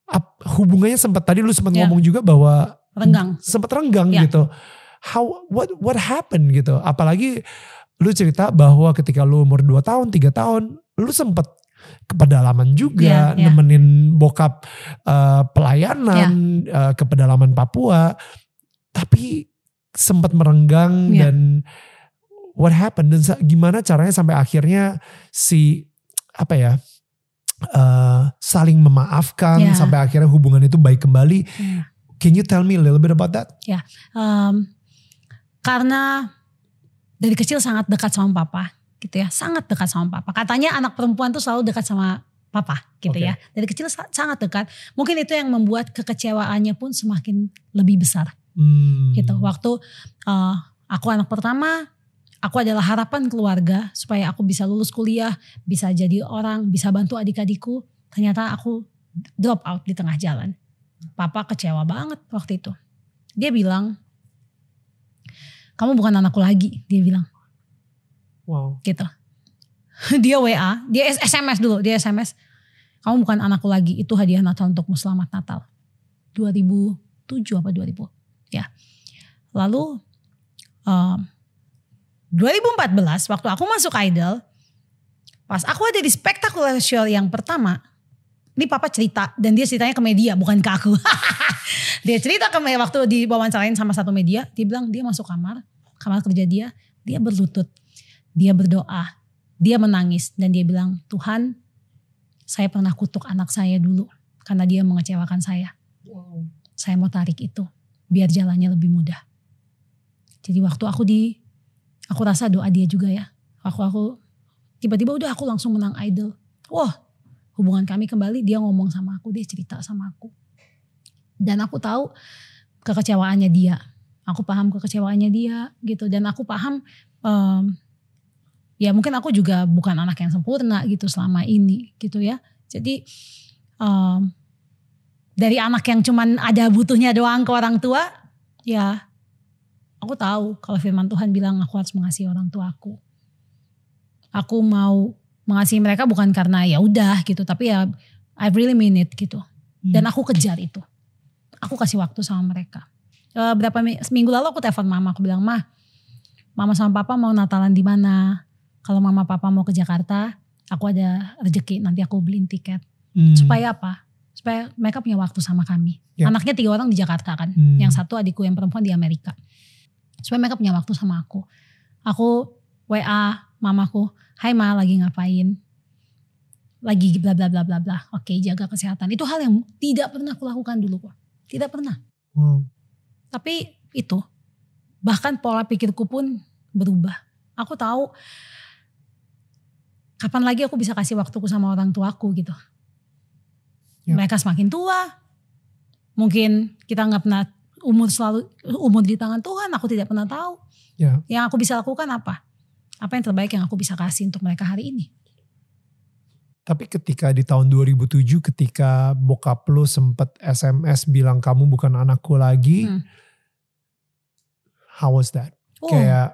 hubungannya tadi lu sempat Ya. ngomong juga bahwa Renggang. sempat renggang Ya. gitu. What happened gitu? Apalagi lu cerita bahwa ketika lu umur 2 tahun, 3 tahun, lu sempat ke pedalaman juga, Ya. nemenin bokap pelayanan ke pedalaman Papua, tapi sempat merenggang Ya. dan what happened dan gimana caranya sampai akhirnya saling memaafkan Ya. sampai akhirnya hubungan itu baik kembali. Ya. Can you tell me a little bit about that? Karena dari kecil sangat dekat sama papa gitu ya, sangat dekat sama papa. Katanya anak perempuan tuh selalu dekat sama papa gitu ya. Dari kecil sangat dekat. Mungkin itu yang membuat kekecewaannya pun semakin lebih besar. Gitu. Waktu aku anak pertama, aku adalah harapan keluarga supaya aku bisa lulus kuliah, bisa jadi orang, bisa bantu adik-adikku. Ternyata aku drop out di tengah jalan. Papa kecewa banget waktu itu. Dia bilang, kamu bukan anakku lagi, dia bilang. Wow. Gitu. Dia WA, dia SMS dulu, dia SMS. Kamu bukan anakku lagi, itu hadiah Natal untukmu, selamat Natal. 2007 apa 2000. Ya. Lalu 2014 waktu aku masuk Idol, pas aku ada di Spectacular Show yang pertama, ini papa cerita dan dia ceritanya ke media bukan ke aku. Dia cerita ke media waktu diwawancarain sama satu media, dia bilang dia masuk kamar kerja dia berlutut, dia berdoa, dia menangis dan dia bilang, Tuhan, saya pernah kutuk anak saya dulu karena dia mengecewakan saya. Wow. Saya mau tarik itu biar jalannya lebih mudah. Jadi waktu aku rasa doa dia juga ya. Aku tiba-tiba udah aku langsung menang Idol. Wah, hubungan kami kembali, dia ngomong sama aku, dia cerita sama aku. Dan aku tahu kekecewaannya dia. Aku paham kekecewaannya dia gitu. Dan aku paham ya mungkin aku juga bukan anak yang sempurna gitu selama ini gitu ya. Jadi dari anak yang cuman ada butuhnya doang ke orang tua, ya aku tahu kalau firman Tuhan bilang aku harus mengasihi orang tuaku. Aku mau mengasihi mereka bukan karena ya udah gitu, tapi ya I really mean it gitu. Dan aku kejar itu. Aku kasih waktu sama mereka. Berapa minggu lalu aku telepon mama, aku bilang, Mama sama Papa mau Natalan di mana? Kalau Mama Papa mau ke Jakarta, aku ada rezeki, nanti aku beliin tiket. Supaya apa? Supaya mereka punya waktu sama kami. Ya. Anaknya 3 orang di Jakarta kan. Yang satu adikku yang perempuan di Amerika. Supaya mereka punya waktu sama aku. Aku WA mamaku, hai Ma, lagi ngapain? Lagi bla bla bla bla bla. Oke, jaga kesehatan. Itu hal yang tidak pernah aku lakukan dulu kok. Tidak pernah. Tapi itu, bahkan pola pikirku pun berubah. Aku tahu kapan lagi aku bisa kasih waktuku sama orang tuaku gitu. Ya. Mereka semakin tua. Mungkin kita gak pernah umur di tangan Tuhan, aku tidak pernah tahu. Ya. Yang aku bisa lakukan apa? Apa yang terbaik yang aku bisa kasih untuk mereka hari ini? Tapi ketika di tahun 2007 ketika bokap lu sempet SMS bilang kamu bukan anakku lagi, how was that? Kayak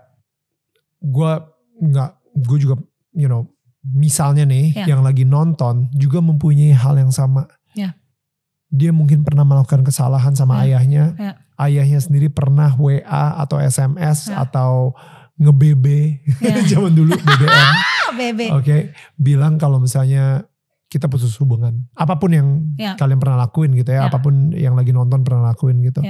gue juga misalnya nih yang lagi nonton juga mempunyai hal yang sama. Dia mungkin pernah melakukan kesalahan sama ayahnya. Ayahnya sendiri pernah WA atau SMS atau nge-BB zaman dulu BBM. Oke, bilang kalau misalnya kita putus hubungan. Apapun yang kalian pernah lakuin gitu ya. Apapun yang lagi nonton pernah lakuin gitu.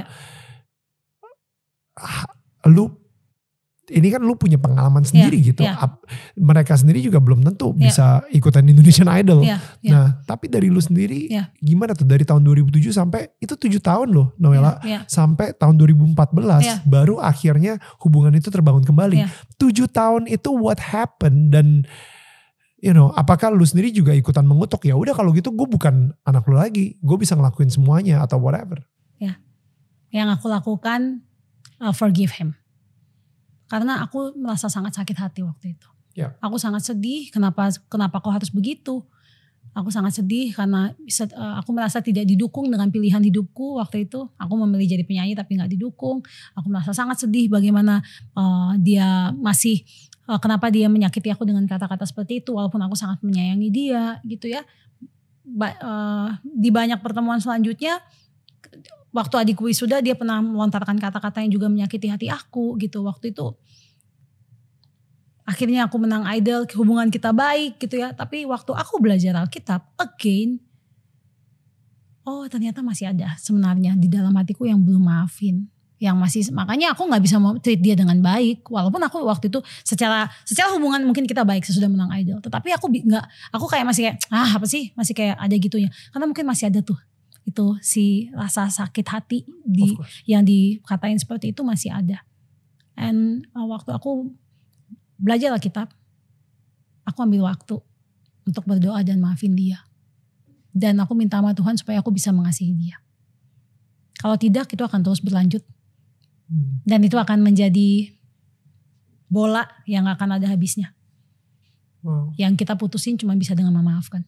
Ini kan lu punya pengalaman sendiri gitu. Mereka sendiri juga belum tentu bisa ikutan Indonesian Idol. Nah, tapi dari lu sendiri gimana tuh dari tahun 2007 sampai itu 7 tahun loh Noella. Sampai tahun 2014 baru akhirnya hubungan itu terbangun kembali. 7 tahun itu what happened dan apakah lu sendiri juga ikutan mengutuk ya udah kalau gitu gue bukan anak lu lagi. Gue bisa ngelakuin semuanya atau whatever. Yang aku lakukan forgive him. Karena aku merasa sangat sakit hati waktu itu. Aku sangat sedih kenapa kok harus begitu. Aku sangat sedih karena aku merasa tidak didukung dengan pilihan hidupku waktu itu. Aku memilih jadi penyanyi tapi gak didukung. Aku merasa sangat sedih bagaimana dia masih, kenapa dia menyakiti aku dengan kata-kata seperti itu. Walaupun aku sangat menyayangi dia gitu ya. di banyak pertemuan selanjutnya, waktu adikku wisuda dia pernah melontarkan kata-kata yang juga menyakiti hati aku gitu. Waktu itu akhirnya aku menang idol, hubungan kita baik gitu ya. Tapi waktu aku belajar Alkitab again, oh ternyata masih ada sebenarnya di dalam hatiku yang belum maafin, yang masih, makanya aku nggak bisa treat dia dengan baik. Walaupun aku waktu itu secara hubungan mungkin kita baik sesudah menang idol, tetapi aku kayak masih kayak apa sih, masih kayak ada gitunya, karena mungkin masih ada tuh itu si rasa sakit hati yang dikatain seperti itu masih ada. And waktu aku belajar Alkitab, aku ambil waktu untuk berdoa dan maafin dia. Dan aku minta sama Tuhan supaya aku bisa mengasihi dia. Kalau tidak, itu akan terus berlanjut. Dan itu akan menjadi bola yang akan ada habisnya. Wow. Yang kita putusin cuma bisa dengan memaafkan.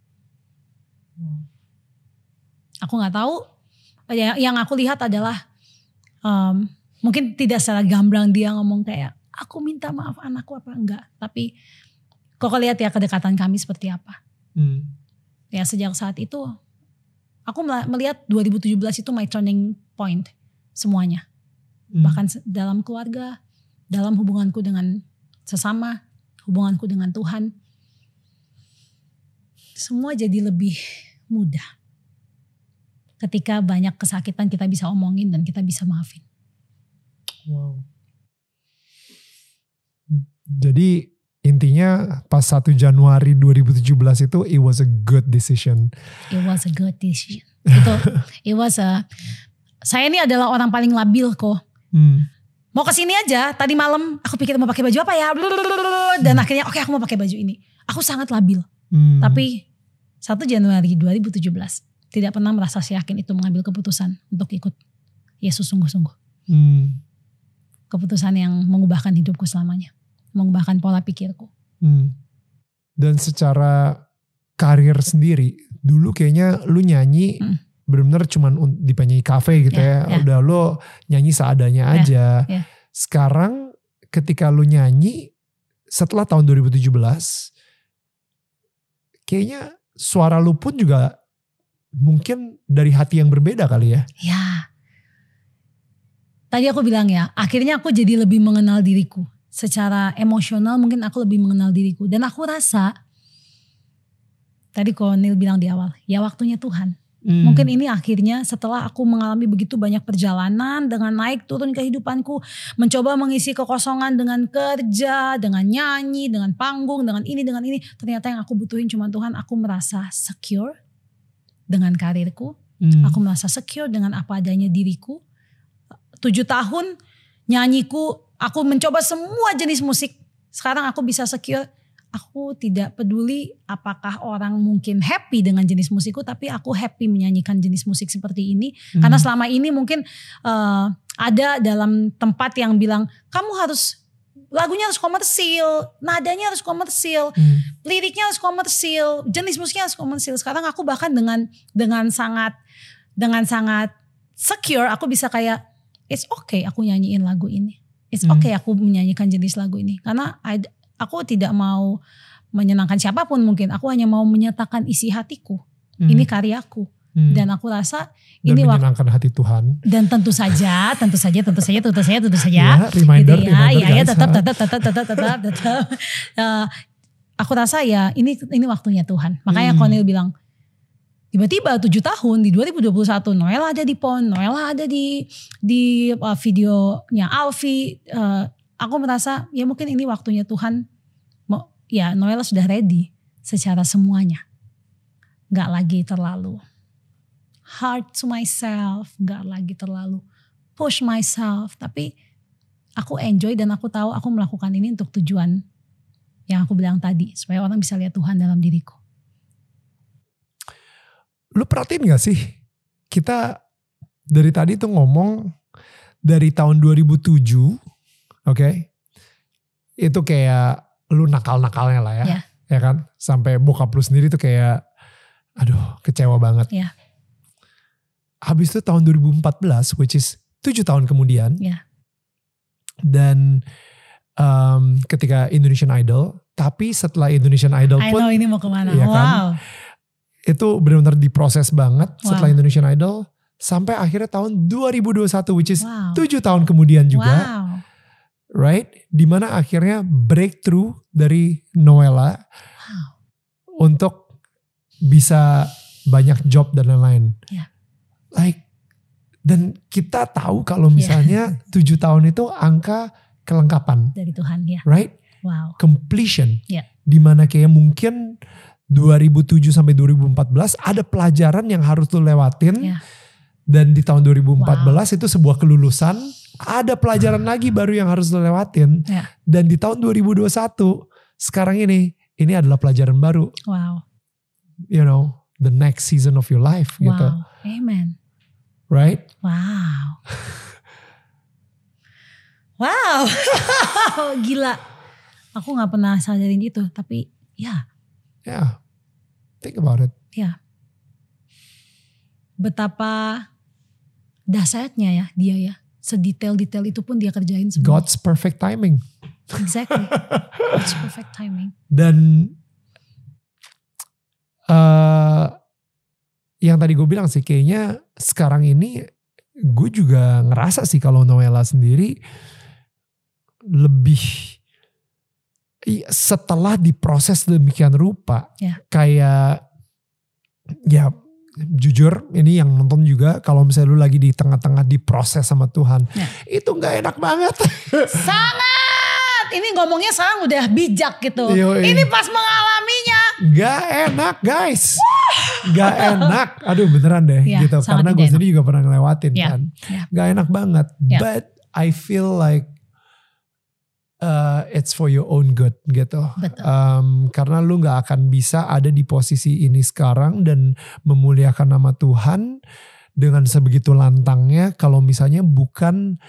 Aku gak tahu. Yang aku lihat adalah mungkin tidak secara gamblang dia ngomong kayak aku minta maaf anakku apa enggak. Tapi kok lihat ya kedekatan kami seperti apa. Ya sejak saat itu aku melihat 2017 itu my turning point semuanya. Bahkan dalam keluarga, dalam hubunganku dengan sesama, hubunganku dengan Tuhan. Semua jadi lebih mudah. Ketika banyak kesakitan kita bisa omongin dan kita bisa maafin. Wow. Jadi intinya pas 1 Januari 2017 itu it was a good decision. It was a good decision. Saya ini adalah orang paling labil kok. Mau kesini aja tadi malam aku pikir mau pakai baju apa ya. Dan akhirnya oke, aku mau pakai baju ini. Aku sangat labil. Tapi 1 Januari 2017 tidak pernah merasa yakin itu mengambil keputusan untuk ikut Yesus sungguh-sungguh. Keputusan yang mengubahkan hidupku selamanya. Mengubahkan pola pikirku. Dan secara karir sendiri, dulu kayaknya lu nyanyi benar-benar cuman di penyanyi kafe gitu ya. Udah lo nyanyi seadanya aja. Sekarang ketika lu nyanyi setelah tahun 2017, kayaknya suara lu pun juga mungkin dari hati yang berbeda kali ya. Ya. Tadi aku bilang ya, akhirnya aku jadi lebih mengenal diriku. Secara emosional mungkin aku lebih mengenal diriku. Dan aku rasa, tadi Neil bilang di awal, ya waktunya Tuhan. Mungkin ini akhirnya setelah aku mengalami begitu banyak perjalanan dengan naik turun kehidupanku. Mencoba mengisi kekosongan dengan kerja, dengan nyanyi, dengan panggung, dengan ini. Ternyata yang aku butuhin cuma Tuhan. Aku merasa secure dengan karirku. Aku merasa secure dengan apa adanya diriku. 7 tahun nyanyiku, aku mencoba semua jenis musik. Sekarang aku bisa secure. Aku tidak peduli apakah orang mungkin happy dengan jenis musikku, tapi aku happy menyanyikan jenis musik seperti ini. Karena selama ini mungkin ada dalam tempat yang bilang, kamu harus, lagunya harus komersil, nadanya harus komersil, liriknya harus komersil, jenis musiknya harus komersil. Sekarang aku bahkan dengan sangat secure, aku bisa kayak, it's okay aku nyanyiin lagu ini. It's okay aku menyanyikan jenis lagu ini. Karena aku tidak mau menyenangkan siapapun mungkin. Aku hanya mau menyatakan isi hatiku. Ini karyaku. Dan aku rasa dan ini menyenangkan hati Tuhan. Dan tentu saja. Ya, reminder ya, tetap. Aku rasa ya ini waktunya Tuhan. Makanya Neil bilang, tiba-tiba 7 tahun di 2021 Noella ada di PON, Noella ada di videonya Alfi. Aku merasa ya mungkin ini waktunya Tuhan. Ya Noella sudah ready secara semuanya. Gak lagi terlalu hard to myself, gak lagi terlalu push myself. Tapi aku enjoy dan aku tahu aku melakukan ini untuk tujuan yang aku bilang tadi. Supaya orang bisa lihat Tuhan dalam diriku. Lu perhatiin gak sih? Kita dari tadi tuh ngomong dari tahun 2007, oke? Itu kayak lu nakal-nakalnya lah ya. Ya kan? Sampai bokap lu sendiri tuh kayak, aduh kecewa banget. Habis itu tahun 2014, which is 7 tahun kemudian. Dan ketika Indonesian Idol, tapi setelah Indonesian Idol pun. I know ini mau kemana, ya wow. Kan, itu benar-benar diproses banget setelah Wow. Indonesian Idol. Sampai akhirnya tahun 2021 which is Wow. 7 tahun kemudian juga. Wow. Right? Dimana akhirnya breakthrough dari Noella Wow. untuk bisa banyak job dan lain-lain. Yeah. Like, dan kita tahu kalau misalnya 7 tahun itu angka kelengkapan. Dari Tuhan ya. Right? Wow. Completion. Yeah. Dimana kayak mungkin 2007 sampai 2014 ada pelajaran yang harus lu lewatin. Yeah. Dan di tahun 2014 itu sebuah kelulusan. Ada pelajaran lagi baru yang harus lu lewatin. Yeah. Dan di tahun 2021 sekarang ini adalah pelajaran baru. Wow. You know, the next season of your life gitu. Wow. Amen. Right? Wow. Wow. Gila. Aku gak pernah sadarin itu. Tapi ya. Yeah. Think about it. Ya. Betapa dahsyatnya ya dia ya. Sedetail-detail itu pun dia kerjain semua. God's perfect timing. Exactly. God's perfect timing. Dan yang tadi gue bilang sih kayaknya sekarang ini gue juga ngerasa sih kalau Noella sendiri lebih setelah diproses demikian rupa kayak ya jujur ini yang nonton juga kalau misalnya lu lagi di tengah-tengah diproses sama Tuhan itu gak enak banget. Sangat. Ini ngomongnya sekarang udah bijak gitu. Yoi. Ini pas mengalaminya. Gak enak guys. Gak enak. Aduh beneran deh gitu. Karena gue sendiri juga pernah ngelewatin kan. Gak enak banget. But I feel like it's for your own good gitu. Karena lu gak akan bisa ada di posisi ini sekarang dan memuliakan nama Tuhan dengan sebegitu lantangnya kalau misalnya bukan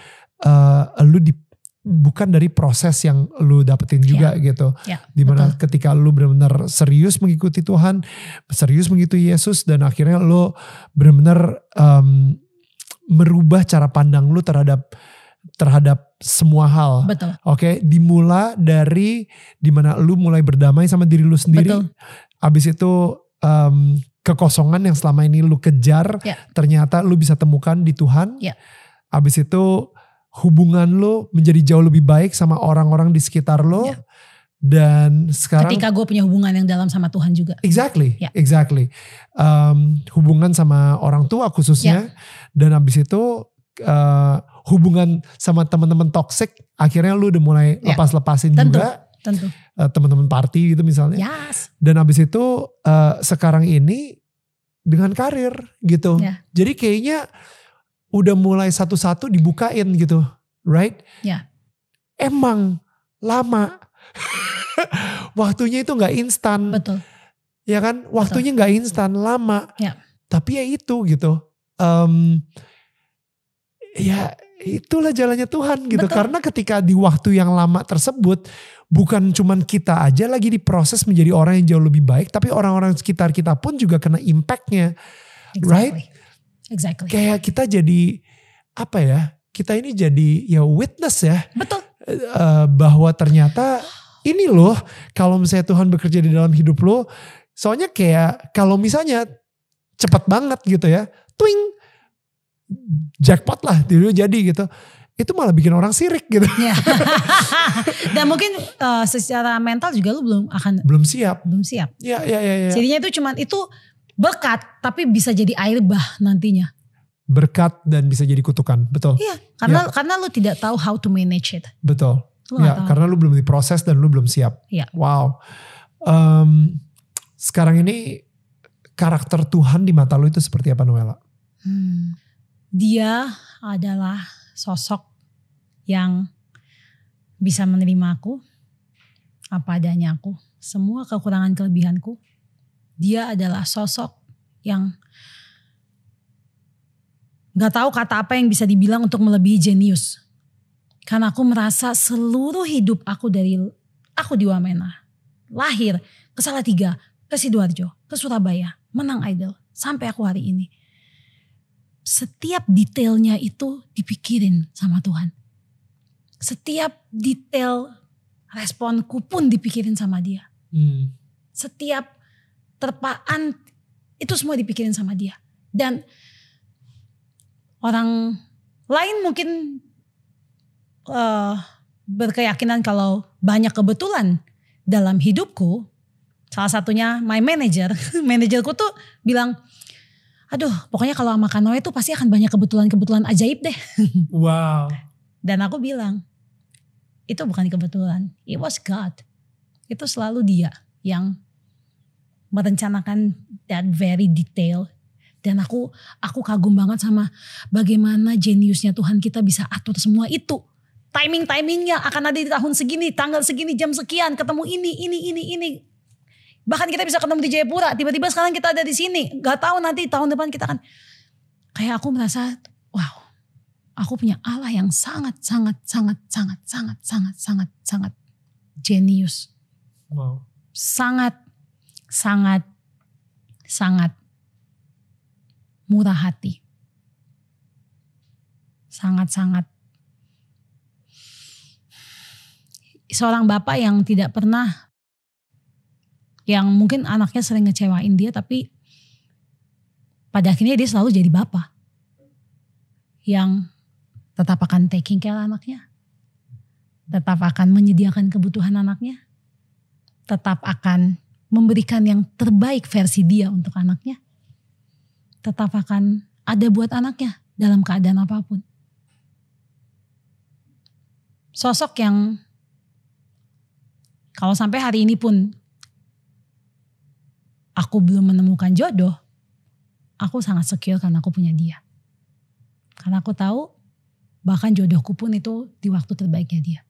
bukan dari proses yang lu dapetin juga gitu. Dimana ketika lu benar-benar serius mengikuti Tuhan, serius mengikuti Yesus dan akhirnya lu benar-benar merubah cara pandang lu terhadap semua hal. Oke, dimulai dari dimana lu mulai berdamai sama diri lu sendiri. Abis itu kekosongan yang selama ini lu kejar, ternyata lu bisa temukan di Tuhan. Abis itu hubungan lu menjadi jauh lebih baik sama orang-orang di sekitar lu. Dan sekarang ketika gue punya hubungan yang dalam sama Tuhan juga. Exactly. Hubungan sama orang tua khususnya. Dan abis itu hubungan sama teman-teman toxic akhirnya lu udah mulai lepas-lepasin juga. Tentu. Teman-teman party gitu misalnya. Dan abis itu sekarang ini dengan karir gitu. Jadi kayaknya udah mulai satu-satu dibukain gitu. Right? Emang lama. Waktunya itu gak instan. Ya kan? Waktunya gak instan, lama. Tapi ya itu gitu. Ya itulah jalannya Tuhan gitu. Karena ketika di waktu yang lama tersebut bukan cuman kita aja lagi diproses menjadi orang yang jauh lebih baik, tapi orang-orang sekitar kita pun juga kena impactnya. Right? Kayak kita jadi apa ya? Kita ini jadi ya witness ya. Bahwa ternyata ini loh kalau misalnya Tuhan bekerja di dalam hidup lo. Soalnya kayak kalau misalnya cepat banget gitu ya. Twing. Jackpot lah dulu jadi gitu. Itu malah bikin orang sirik gitu. Dan mungkin secara mental juga lu belum siap. Ya. Jadinya itu cuman itu berkat tapi bisa jadi air bah nantinya. Berkat dan bisa jadi kutukan. Betul. Iya, karena lu tidak tahu how to manage it. Betul. Karena lu belum diproses dan lu belum siap. Wow. Sekarang ini karakter Tuhan di mata lu itu seperti apa Noella? Dia adalah sosok yang bisa menerima aku, apa adanya aku, semua kekurangan kelebihanku. Dia adalah sosok yang gak tahu kata apa yang bisa dibilang untuk melebihi jenius. Karena aku merasa seluruh hidup aku dari aku di Wamena, lahir ke Salatiga, ke Sidoarjo, ke Surabaya, menang Idol, sampai aku hari ini. Setiap detailnya itu dipikirin sama Tuhan. Setiap detail responku pun dipikirin sama dia. Setiap terpaan Itu semua dipikirin sama dia. Dan orang lain mungkin berkeyakinan kalau banyak kebetulan dalam hidupku. Salah satunya my manager. Manajerku tuh bilang, aduh pokoknya kalau sama Kak Noe tuh pasti akan banyak kebetulan-kebetulan ajaib deh. Wow. Dan aku bilang, itu bukan kebetulan. It was God. Itu selalu dia yang merencanakan that very detail. Dan aku kagum banget sama bagaimana jeniusnya Tuhan, kita bisa atur semua itu. Timingnya akan ada di tahun segini, tanggal segini, jam sekian, ketemu ini. Bahkan kita bisa ketemu di Jayapura, tiba-tiba sekarang kita ada di sini. Gak tahu nanti tahun depan kita akan. Kayak aku merasa, wow, aku punya Allah yang sangat jenius. Wow. Sangat murah hati. Sangat seorang bapak yang tidak pernah, yang mungkin anaknya sering ngecewain dia, tapi pada akhirnya dia selalu jadi bapak yang tetap akan taking care anaknya, tetap akan menyediakan kebutuhan anaknya, tetap akan memberikan yang terbaik versi dia untuk anaknya, tetap akan ada buat anaknya dalam keadaan apapun. Sosok yang kalau sampai hari ini pun aku belum menemukan jodoh, aku sangat secure karena aku punya dia. Karena aku tahu bahkan jodohku pun itu di waktu terbaiknya dia.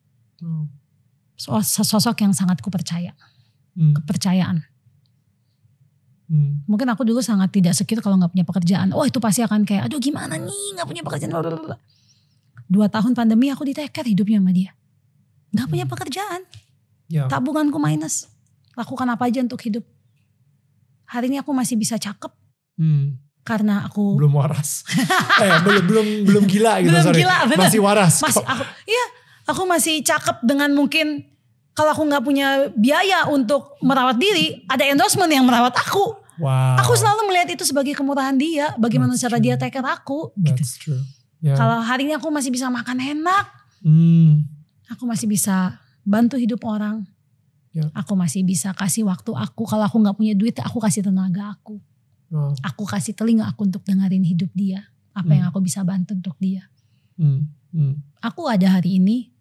Sosok yang sangat kupercaya. Kepercayaan. Mungkin aku dulu sangat tidak secure kalau gak punya pekerjaan. Oh itu pasti akan kayak, aduh gimana nih gak punya pekerjaan. 2 tahun pandemi aku diteker hidupnya sama dia. Gak punya pekerjaan. Tabunganku minus. Lakukan apa aja untuk hidup. Hari ini aku masih bisa cakep. Karena aku belum waras. belum gila gitu. Belum gila, bener. Masih waras. Aku masih cakep dengan mungkin kalau aku gak punya biaya untuk merawat diri, ada endorsement yang merawat aku. Wow. Aku selalu melihat itu sebagai kemurahan dia. Bagaimana cara dia take care aku. That's gitu. True. Yeah. Kalau hari ini aku masih bisa makan enak. Aku masih bisa bantu hidup orang. Yeah. Aku masih bisa kasih waktu aku. Kalau aku gak punya duit, aku kasih tenaga aku. Aku kasih telinga aku untuk dengerin hidup dia. Apa yang aku bisa bantu untuk dia. Aku ada hari ini.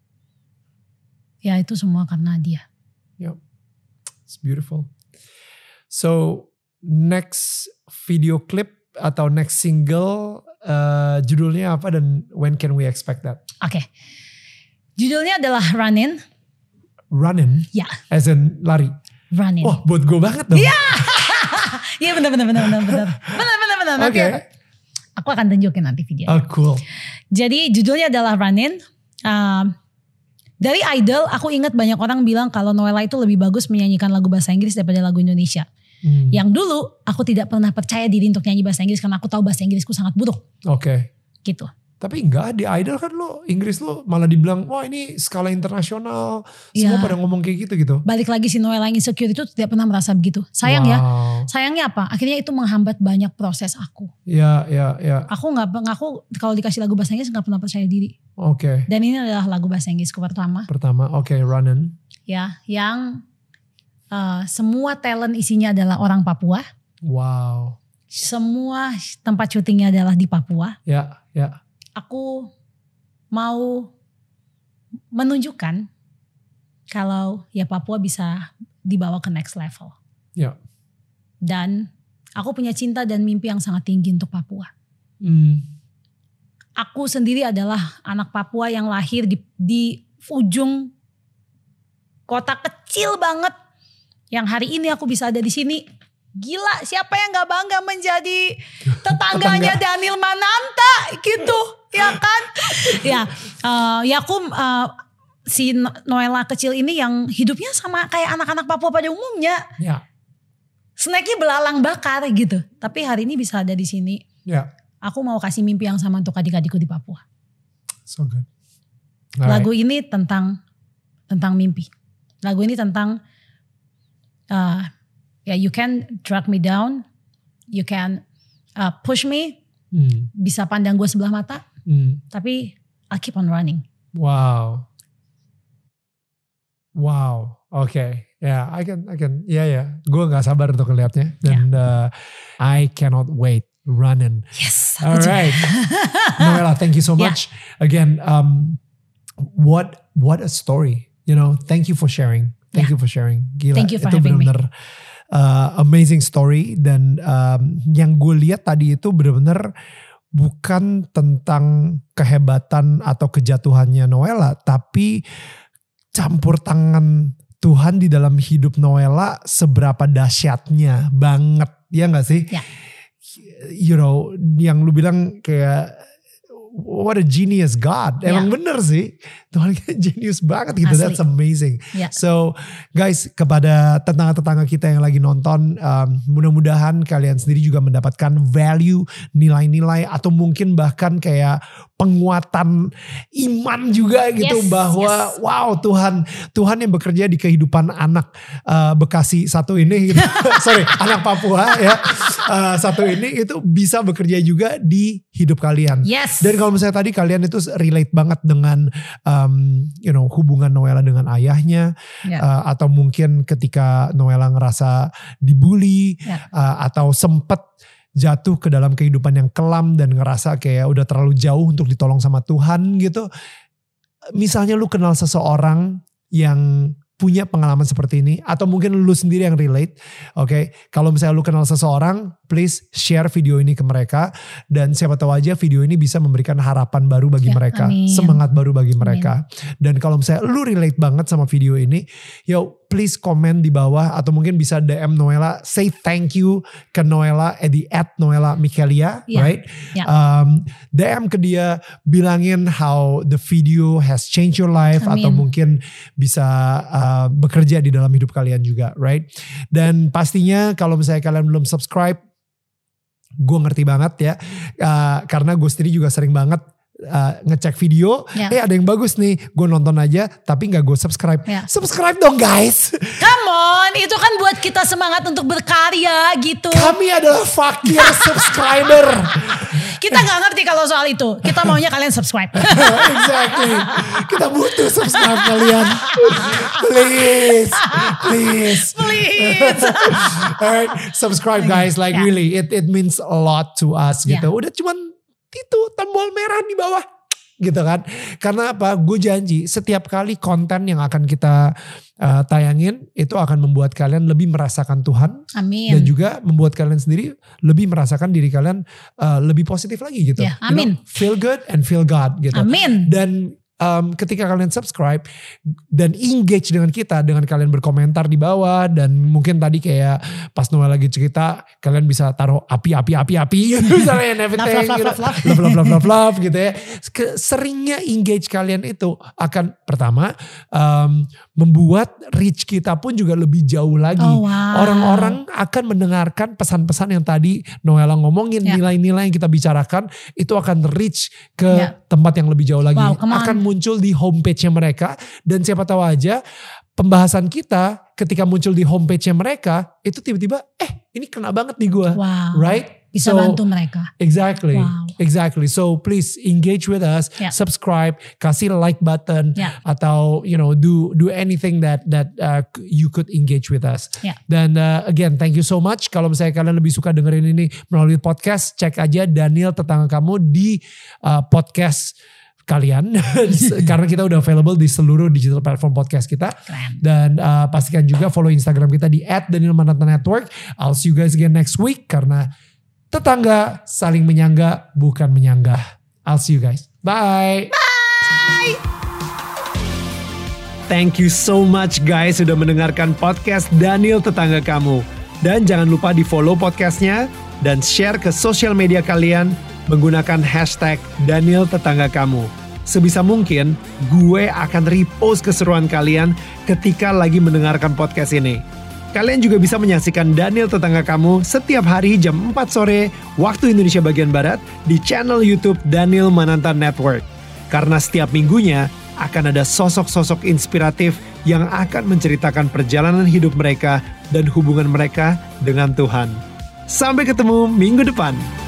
Ya itu semua karena dia. Yep. It's beautiful. So next video clip atau next single judulnya apa dan when can we expect that? Oke. Judulnya adalah Running. Running? Ya. As in lari? Running. Oh buat gue banget dong. Iya. Iya benar. Oke. Aku akan tunjukin nanti videonya. Oh cool. Jadi judulnya adalah Running. Dari Idol aku ingat banyak orang bilang kalau Noella itu lebih bagus menyanyikan lagu bahasa Inggris daripada lagu Indonesia. Yang dulu aku tidak pernah percaya diri untuk nyanyi bahasa Inggris karena aku tahu bahasa Inggrisku sangat buruk. Oke. Gitu. Tapi enggak, di Idol kan lo Inggris lo malah dibilang wah ini skala internasional. Semua pada ngomong kayak gitu. Balik lagi si Noella yang insecure itu tidak pernah merasa begitu. Sayangnya apa? Akhirnya itu menghambat banyak proses aku. Iya. Aku kalau dikasih lagu bahasa Inggris gak pernah percaya diri. Oke. Dan ini adalah lagu bahasa Inggrisku pertama. Oke, Running. Ya, yang semua talent isinya adalah orang Papua. Wow. Semua tempat syutingnya adalah di Papua. Ya. Aku mau menunjukkan kalau ya Papua bisa dibawa ke next level. Ya. Dan aku punya cinta dan mimpi yang sangat tinggi untuk Papua. Aku sendiri adalah anak Papua yang lahir di ujung kota kecil banget. Yang hari ini aku bisa ada di sini. Gila, siapa yang gak bangga menjadi tetangganya Daniel Mananta gitu, ya kan? Si Noella kecil ini yang hidupnya sama kayak anak-anak Papua pada umumnya. Ya. Snacknya belalang bakar gitu. Tapi hari ini bisa ada di sini. Ya. Aku mau kasih mimpi yang sama untuk adik-adikku di Papua. So good. Lagu ini tentang mimpi. Lagu ini tentang you can drag me down, you can push me, bisa pandang gue sebelah mata, tapi I keep on running. Wow, okay, yeah, I can, gue nggak sabar untuk lihatnya, dan I cannot wait. Running. Yes. All right. Noella, thank you so much. Again, what a story. Thank you for sharing. Thank you for sharing. Gila. Thank you for having me. Itu benar-benar amazing story. Dan yang gue lihat tadi itu benar-benar bukan tentang kehebatan atau kejatuhannya Noella, tapi campur tangan Tuhan di dalam hidup Noella seberapa dahsyatnya banget. Ya gak sih? Ya. Yang lu bilang kayak what a genius God. Emang bener sih. Tuhan genius banget gitu. Asli. That's amazing. Yeah. So guys, kepada tetangga-tetangga kita yang lagi nonton, mudah-mudahan kalian sendiri juga mendapatkan value, nilai-nilai, atau mungkin bahkan kayak penguatan iman juga gitu. Bahwa wow, Tuhan yang bekerja di kehidupan anak Bekasi satu ini gitu. Sorry, anak Papua ya. Satu ini itu bisa bekerja juga di hidup kalian. Yes. Dan kalau misalnya tadi kalian itu relate banget dengan hubungan Noella dengan ayahnya, atau mungkin ketika Noella ngerasa dibully, atau sempet jatuh ke dalam kehidupan yang kelam dan ngerasa kayak udah terlalu jauh untuk ditolong sama Tuhan gitu. Misalnya lu kenal seseorang yang punya pengalaman seperti ini, atau mungkin lu sendiri yang relate, oke? Kalau misalnya lu kenal seseorang, please share video ini ke mereka, dan siapa tahu aja video ini bisa memberikan harapan baru bagi mereka, semangat baru bagi mereka. Dan kalau misalnya lu relate banget sama video ini, please komen di bawah, atau mungkin bisa DM Noella, say thank you ke Noella at @NoellaMikelia, right? DM ke dia, bilangin how the video has changed your life, atau mungkin bisa bekerja di dalam hidup kalian juga, right? Dan pastinya kalau misalnya kalian belum subscribe, gue ngerti banget ya, karena gue sendiri juga sering banget ngecek video, ada yang bagus nih, gue nonton aja tapi gak gue subscribe. Subscribe dong guys. Come on, itu kan buat kita semangat untuk berkarya gitu. Kami adalah fakir subscriber. Kita gak ngerti kalau soal itu, kita maunya kalian subscribe. Exactly, kita butuh subscribe kalian. Please. Alright, subscribe guys, like really it means a lot to us gitu. Udah cuman itu tombol merah di bawah gitu kan. Karena apa? Gue janji setiap kali konten yang akan kita tayangin itu akan membuat kalian lebih merasakan Tuhan. Amin. Dan juga membuat kalian sendiri lebih merasakan diri kalian lebih positif lagi gitu. Amin. Feel good and feel God gitu. Amin. Dan ketika kalian subscribe dan engage dengan kita, dengan kalian berkomentar di bawah, dan mungkin tadi kayak pas Noella lagi cerita, kalian bisa taruh api misalnya and everything, love gitu ya. Seringnya engage kalian itu akan pertama membuat reach kita pun juga lebih jauh lagi. Orang-orang akan mendengarkan pesan-pesan yang tadi Noella ngomongin, nilai-nilai yang kita bicarakan itu akan reach ke tempat yang lebih jauh lagi. Akan muncul di homepage-nya mereka, dan siapa tahu aja pembahasan kita ketika muncul di homepage-nya mereka itu tiba-tiba ini kena banget di gue, right? Bisa bantu mereka. Exactly. So please engage with us, subscribe, kasih like button, atau do anything that you could engage with us. Dan again, thank you so much. Kalau misalnya kalian lebih suka dengerin ini melalui podcast, cek aja Daniel Tetangga Kamu di podcast kalian karena kita udah available di seluruh digital platform podcast kita. Dan pastikan juga follow Instagram kita di @DanielManantaNetwork. I'll see you guys again next week, karena tetangga saling menyangga bukan menyanggah. I'll see you guys. Bye. Thank you so much guys sudah mendengarkan podcast Daniel Tetangga Kamu. Dan jangan lupa di follow podcastnya dan share ke sosial media kalian menggunakan hashtag Daniel Tetangga Kamu. Sebisa mungkin gue akan repost keseruan kalian ketika lagi mendengarkan podcast ini. Kalian juga bisa menyaksikan Daniel Tetangga Kamu setiap hari jam 4 sore waktu Indonesia bagian Barat di channel YouTube Daniel Mananta Network. Karena setiap minggunya akan ada sosok-sosok inspiratif yang akan menceritakan perjalanan hidup mereka dan hubungan mereka dengan Tuhan. Sampai ketemu minggu depan.